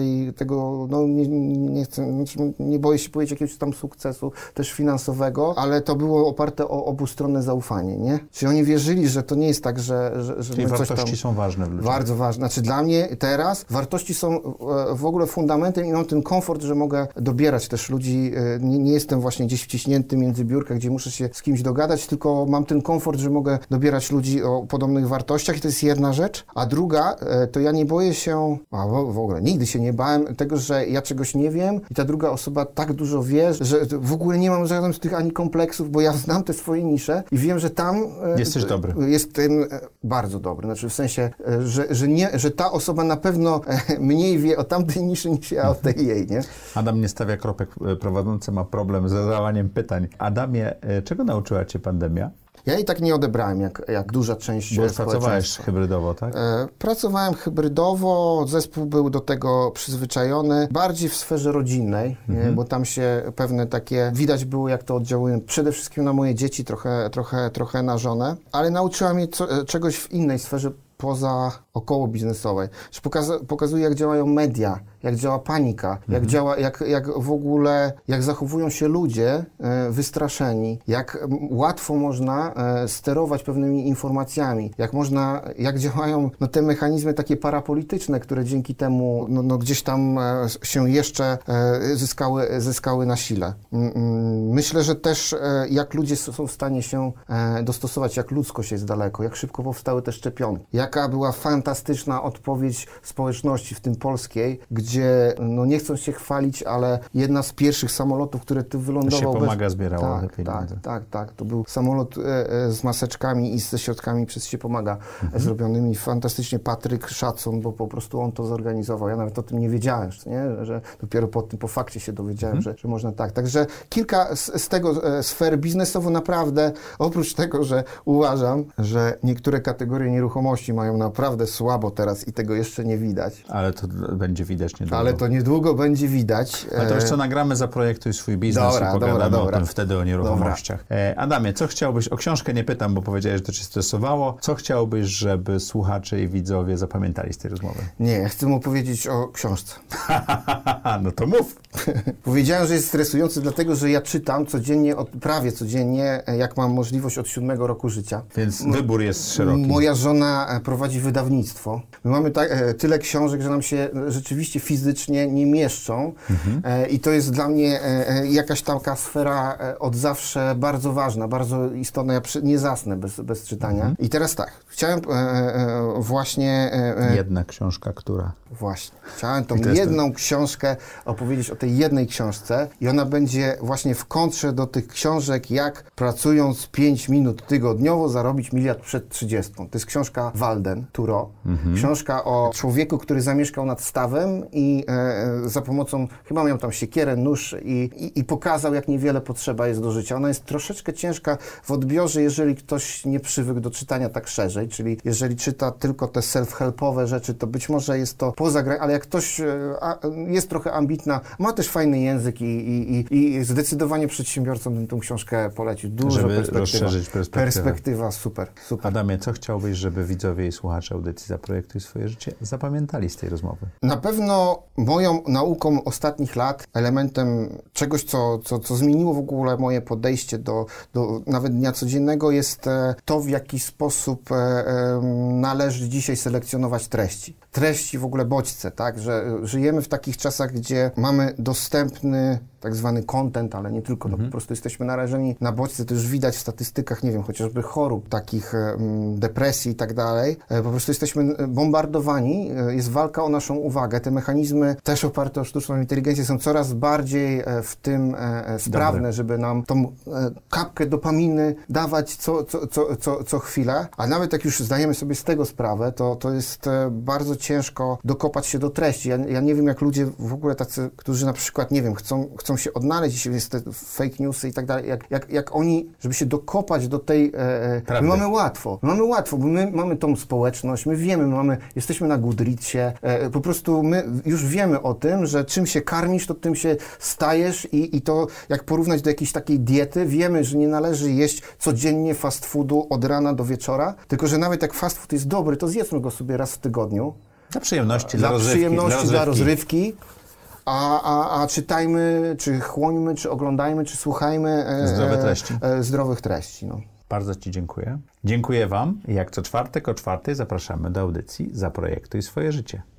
nie boję się powiedzieć jakiegoś tam sukcesu też finansowego, ale to było oparte o obustronne zaufanie, nie? Czyli oni wierzyli, że to nie jest tak, że czyli my coś wartości tam... są ważne w ludziach. Bardzo ważne. Znaczy dla mnie teraz wartości są w ogóle fundamentem i mam ten komfort, że mogę dobierać też ludzi. Nie jestem właśnie gdzieś wciśnięty między biurka, gdzie muszę się z kimś dogadać, tylko mam ten komfort, że mogę dobierać ludzi o podobnych wartościach i to jest jedna rzecz. A druga, to ja nie boję się, w ogóle nigdy się nie bałem tego, że ja czegoś nie wiem i ta druga osoba tak dużo wie, że w ogóle nie mam żadnych z tych ani kompleksów, bo ja znam te swoje nisze i wiem, że tam jesteś dobry. Jestem bardzo dobry. Znaczy w sensie, że ta osoba na pewno mniej wie o tamtej niszy niż ja o tej jej, nie? Adam nie stawia kropek, prowadzący ma problem z zadawaniem pytań. Adamie, czego nauczyła cię pandemia? Ja jej tak nie odebrałem, jak duża część bo pracowałeś hybrydowo, tak? Pracowałem hybrydowo, zespół był do tego przyzwyczajony, bardziej w sferze rodzinnej, bo tam się pewne takie, widać było, jak to oddziałuje przede wszystkim na moje dzieci, trochę na żonę, ale nauczyła mnie czegoś w innej sferze poza około biznesowej. Pokazuje, jak działają media, jak działa panika, jak działa, jak w ogóle, jak zachowują się ludzie wystraszeni, jak łatwo można sterować pewnymi informacjami, jak działają te mechanizmy takie parapolityczne, które dzięki temu gdzieś tam się jeszcze zyskały na sile. Myślę, że też jak ludzie są w stanie się dostosować, jak ludzkość jest daleko, jak szybko powstały te szczepionki, jaka była fantastyczna odpowiedź społeczności, w tym polskiej, gdzie nie chcą się chwalić, ale jedna z pierwszych samolotów, które tu wylądował... To się pomaga zbierało te pieniądze. Tak. To był samolot z maseczkami i ze środkami przez się pomaga zrobionymi. Fantastycznie Patryk szacun, bo po prostu on to zorganizował. Ja nawet o tym nie wiedziałem, nie? Że dopiero po fakcie się dowiedziałem, że można tak. Także kilka z tego sfer biznesowo naprawdę, oprócz tego, że uważam, że niektóre kategorie nieruchomości mają mają naprawdę słabo teraz i tego jeszcze nie widać. Ale to będzie widać niedługo. Ale to niedługo będzie widać. A to już co nagramy Zaprojektuj swój biznes i pogadamy o tym wtedy o nieruchomościach. Adamie, co chciałbyś, o książkę nie pytam, bo powiedziałeś, że to cię stresowało. Co chciałbyś, żeby słuchacze i widzowie zapamiętali z tej rozmowy? Nie, chcę mu powiedzieć o książce. No to mów. Powiedziałem, że jest stresujący, dlatego, że ja czytam codziennie, prawie codziennie, jak mam możliwość od 7 roku życia. Więc wybór jest szeroki. Moja żona prowadzi wydawnictwo. My mamy tyle książek, że nam się rzeczywiście fizycznie nie mieszczą. I to jest dla mnie jakaś taka sfera od zawsze bardzo ważna, bardzo istotna. Ja nie zasnę bez czytania. I teraz tak, chciałem właśnie... Jedna książka, która? Właśnie. Chciałem tą jedną książkę opowiedzieć o tej jednej książce i ona będzie właśnie w kontrze do tych książek, jak pracując 5 minut tygodniowo zarobić miliard przed 30. To jest książka Walden Turo. Książka o człowieku, który zamieszkał nad stawem i za pomocą, chyba miał tam siekierę, nóż i pokazał, jak niewiele potrzeba jest do życia. Ona jest troszeczkę ciężka w odbiorze, jeżeli ktoś nie przywykł do czytania tak szerzej, czyli jeżeli czyta tylko te self-helpowe rzeczy, to być może jest to poza granicą, ale jak ktoś jest trochę ambitna, ma też fajny język i zdecydowanie przedsiębiorcom bym tą książkę polecił. Dużo żeby rozszerzyć perspektywę. Perspektywa, super. Adamie, co chciałbyś, żeby widzowie i słuchacze audycji Zaprojektuj swoje życie zapamiętali z tej rozmowy? Na pewno moją nauką ostatnich lat, elementem czegoś, co zmieniło w ogóle moje podejście do nawet dnia codziennego, jest to, w jaki sposób należy dzisiaj selekcjonować treści. Treści, w ogóle bodźce, tak, że żyjemy w takich czasach, gdzie mamy dostępny tak zwany content, ale nie tylko, po prostu jesteśmy narażeni na bodźce, to już widać w statystykach, nie wiem, chociażby chorób, takich depresji i tak dalej. Po prostu jesteśmy bombardowani, jest walka o naszą uwagę. Te mechanizmy też oparte o sztuczną inteligencję są coraz bardziej w tym sprawne, żeby nam tą kapkę dopaminy dawać co chwilę, a nawet jak już zdajemy sobie z tego sprawę, to jest bardzo ciężko dokopać się do treści. Ja nie wiem, jak ludzie w ogóle tacy, którzy na przykład, nie wiem, chcą się odnaleźć, jeśli jest te fake newsy i tak dalej, jak oni, żeby się dokopać do tej... my mamy łatwo, bo my mamy tą społeczność, my wiemy, jesteśmy na Goodreadsie, po prostu my już wiemy o tym, że czym się karmisz, to tym się stajesz i to, jak porównać do jakiejś takiej diety, wiemy, że nie należy jeść codziennie fast foodu od rana do wieczora, tylko że nawet jak fast food jest dobry, to zjedzmy go sobie raz w tygodniu. Dla przyjemności, dla rozrywki. A czytajmy, czy chłońmy, czy oglądajmy, czy słuchajmy zdrowych treści. No. Bardzo Ci dziękuję. Dziękuję Wam. Jak co czwartek o 4:00 zapraszamy do audycji Zaprojektuj swoje życie.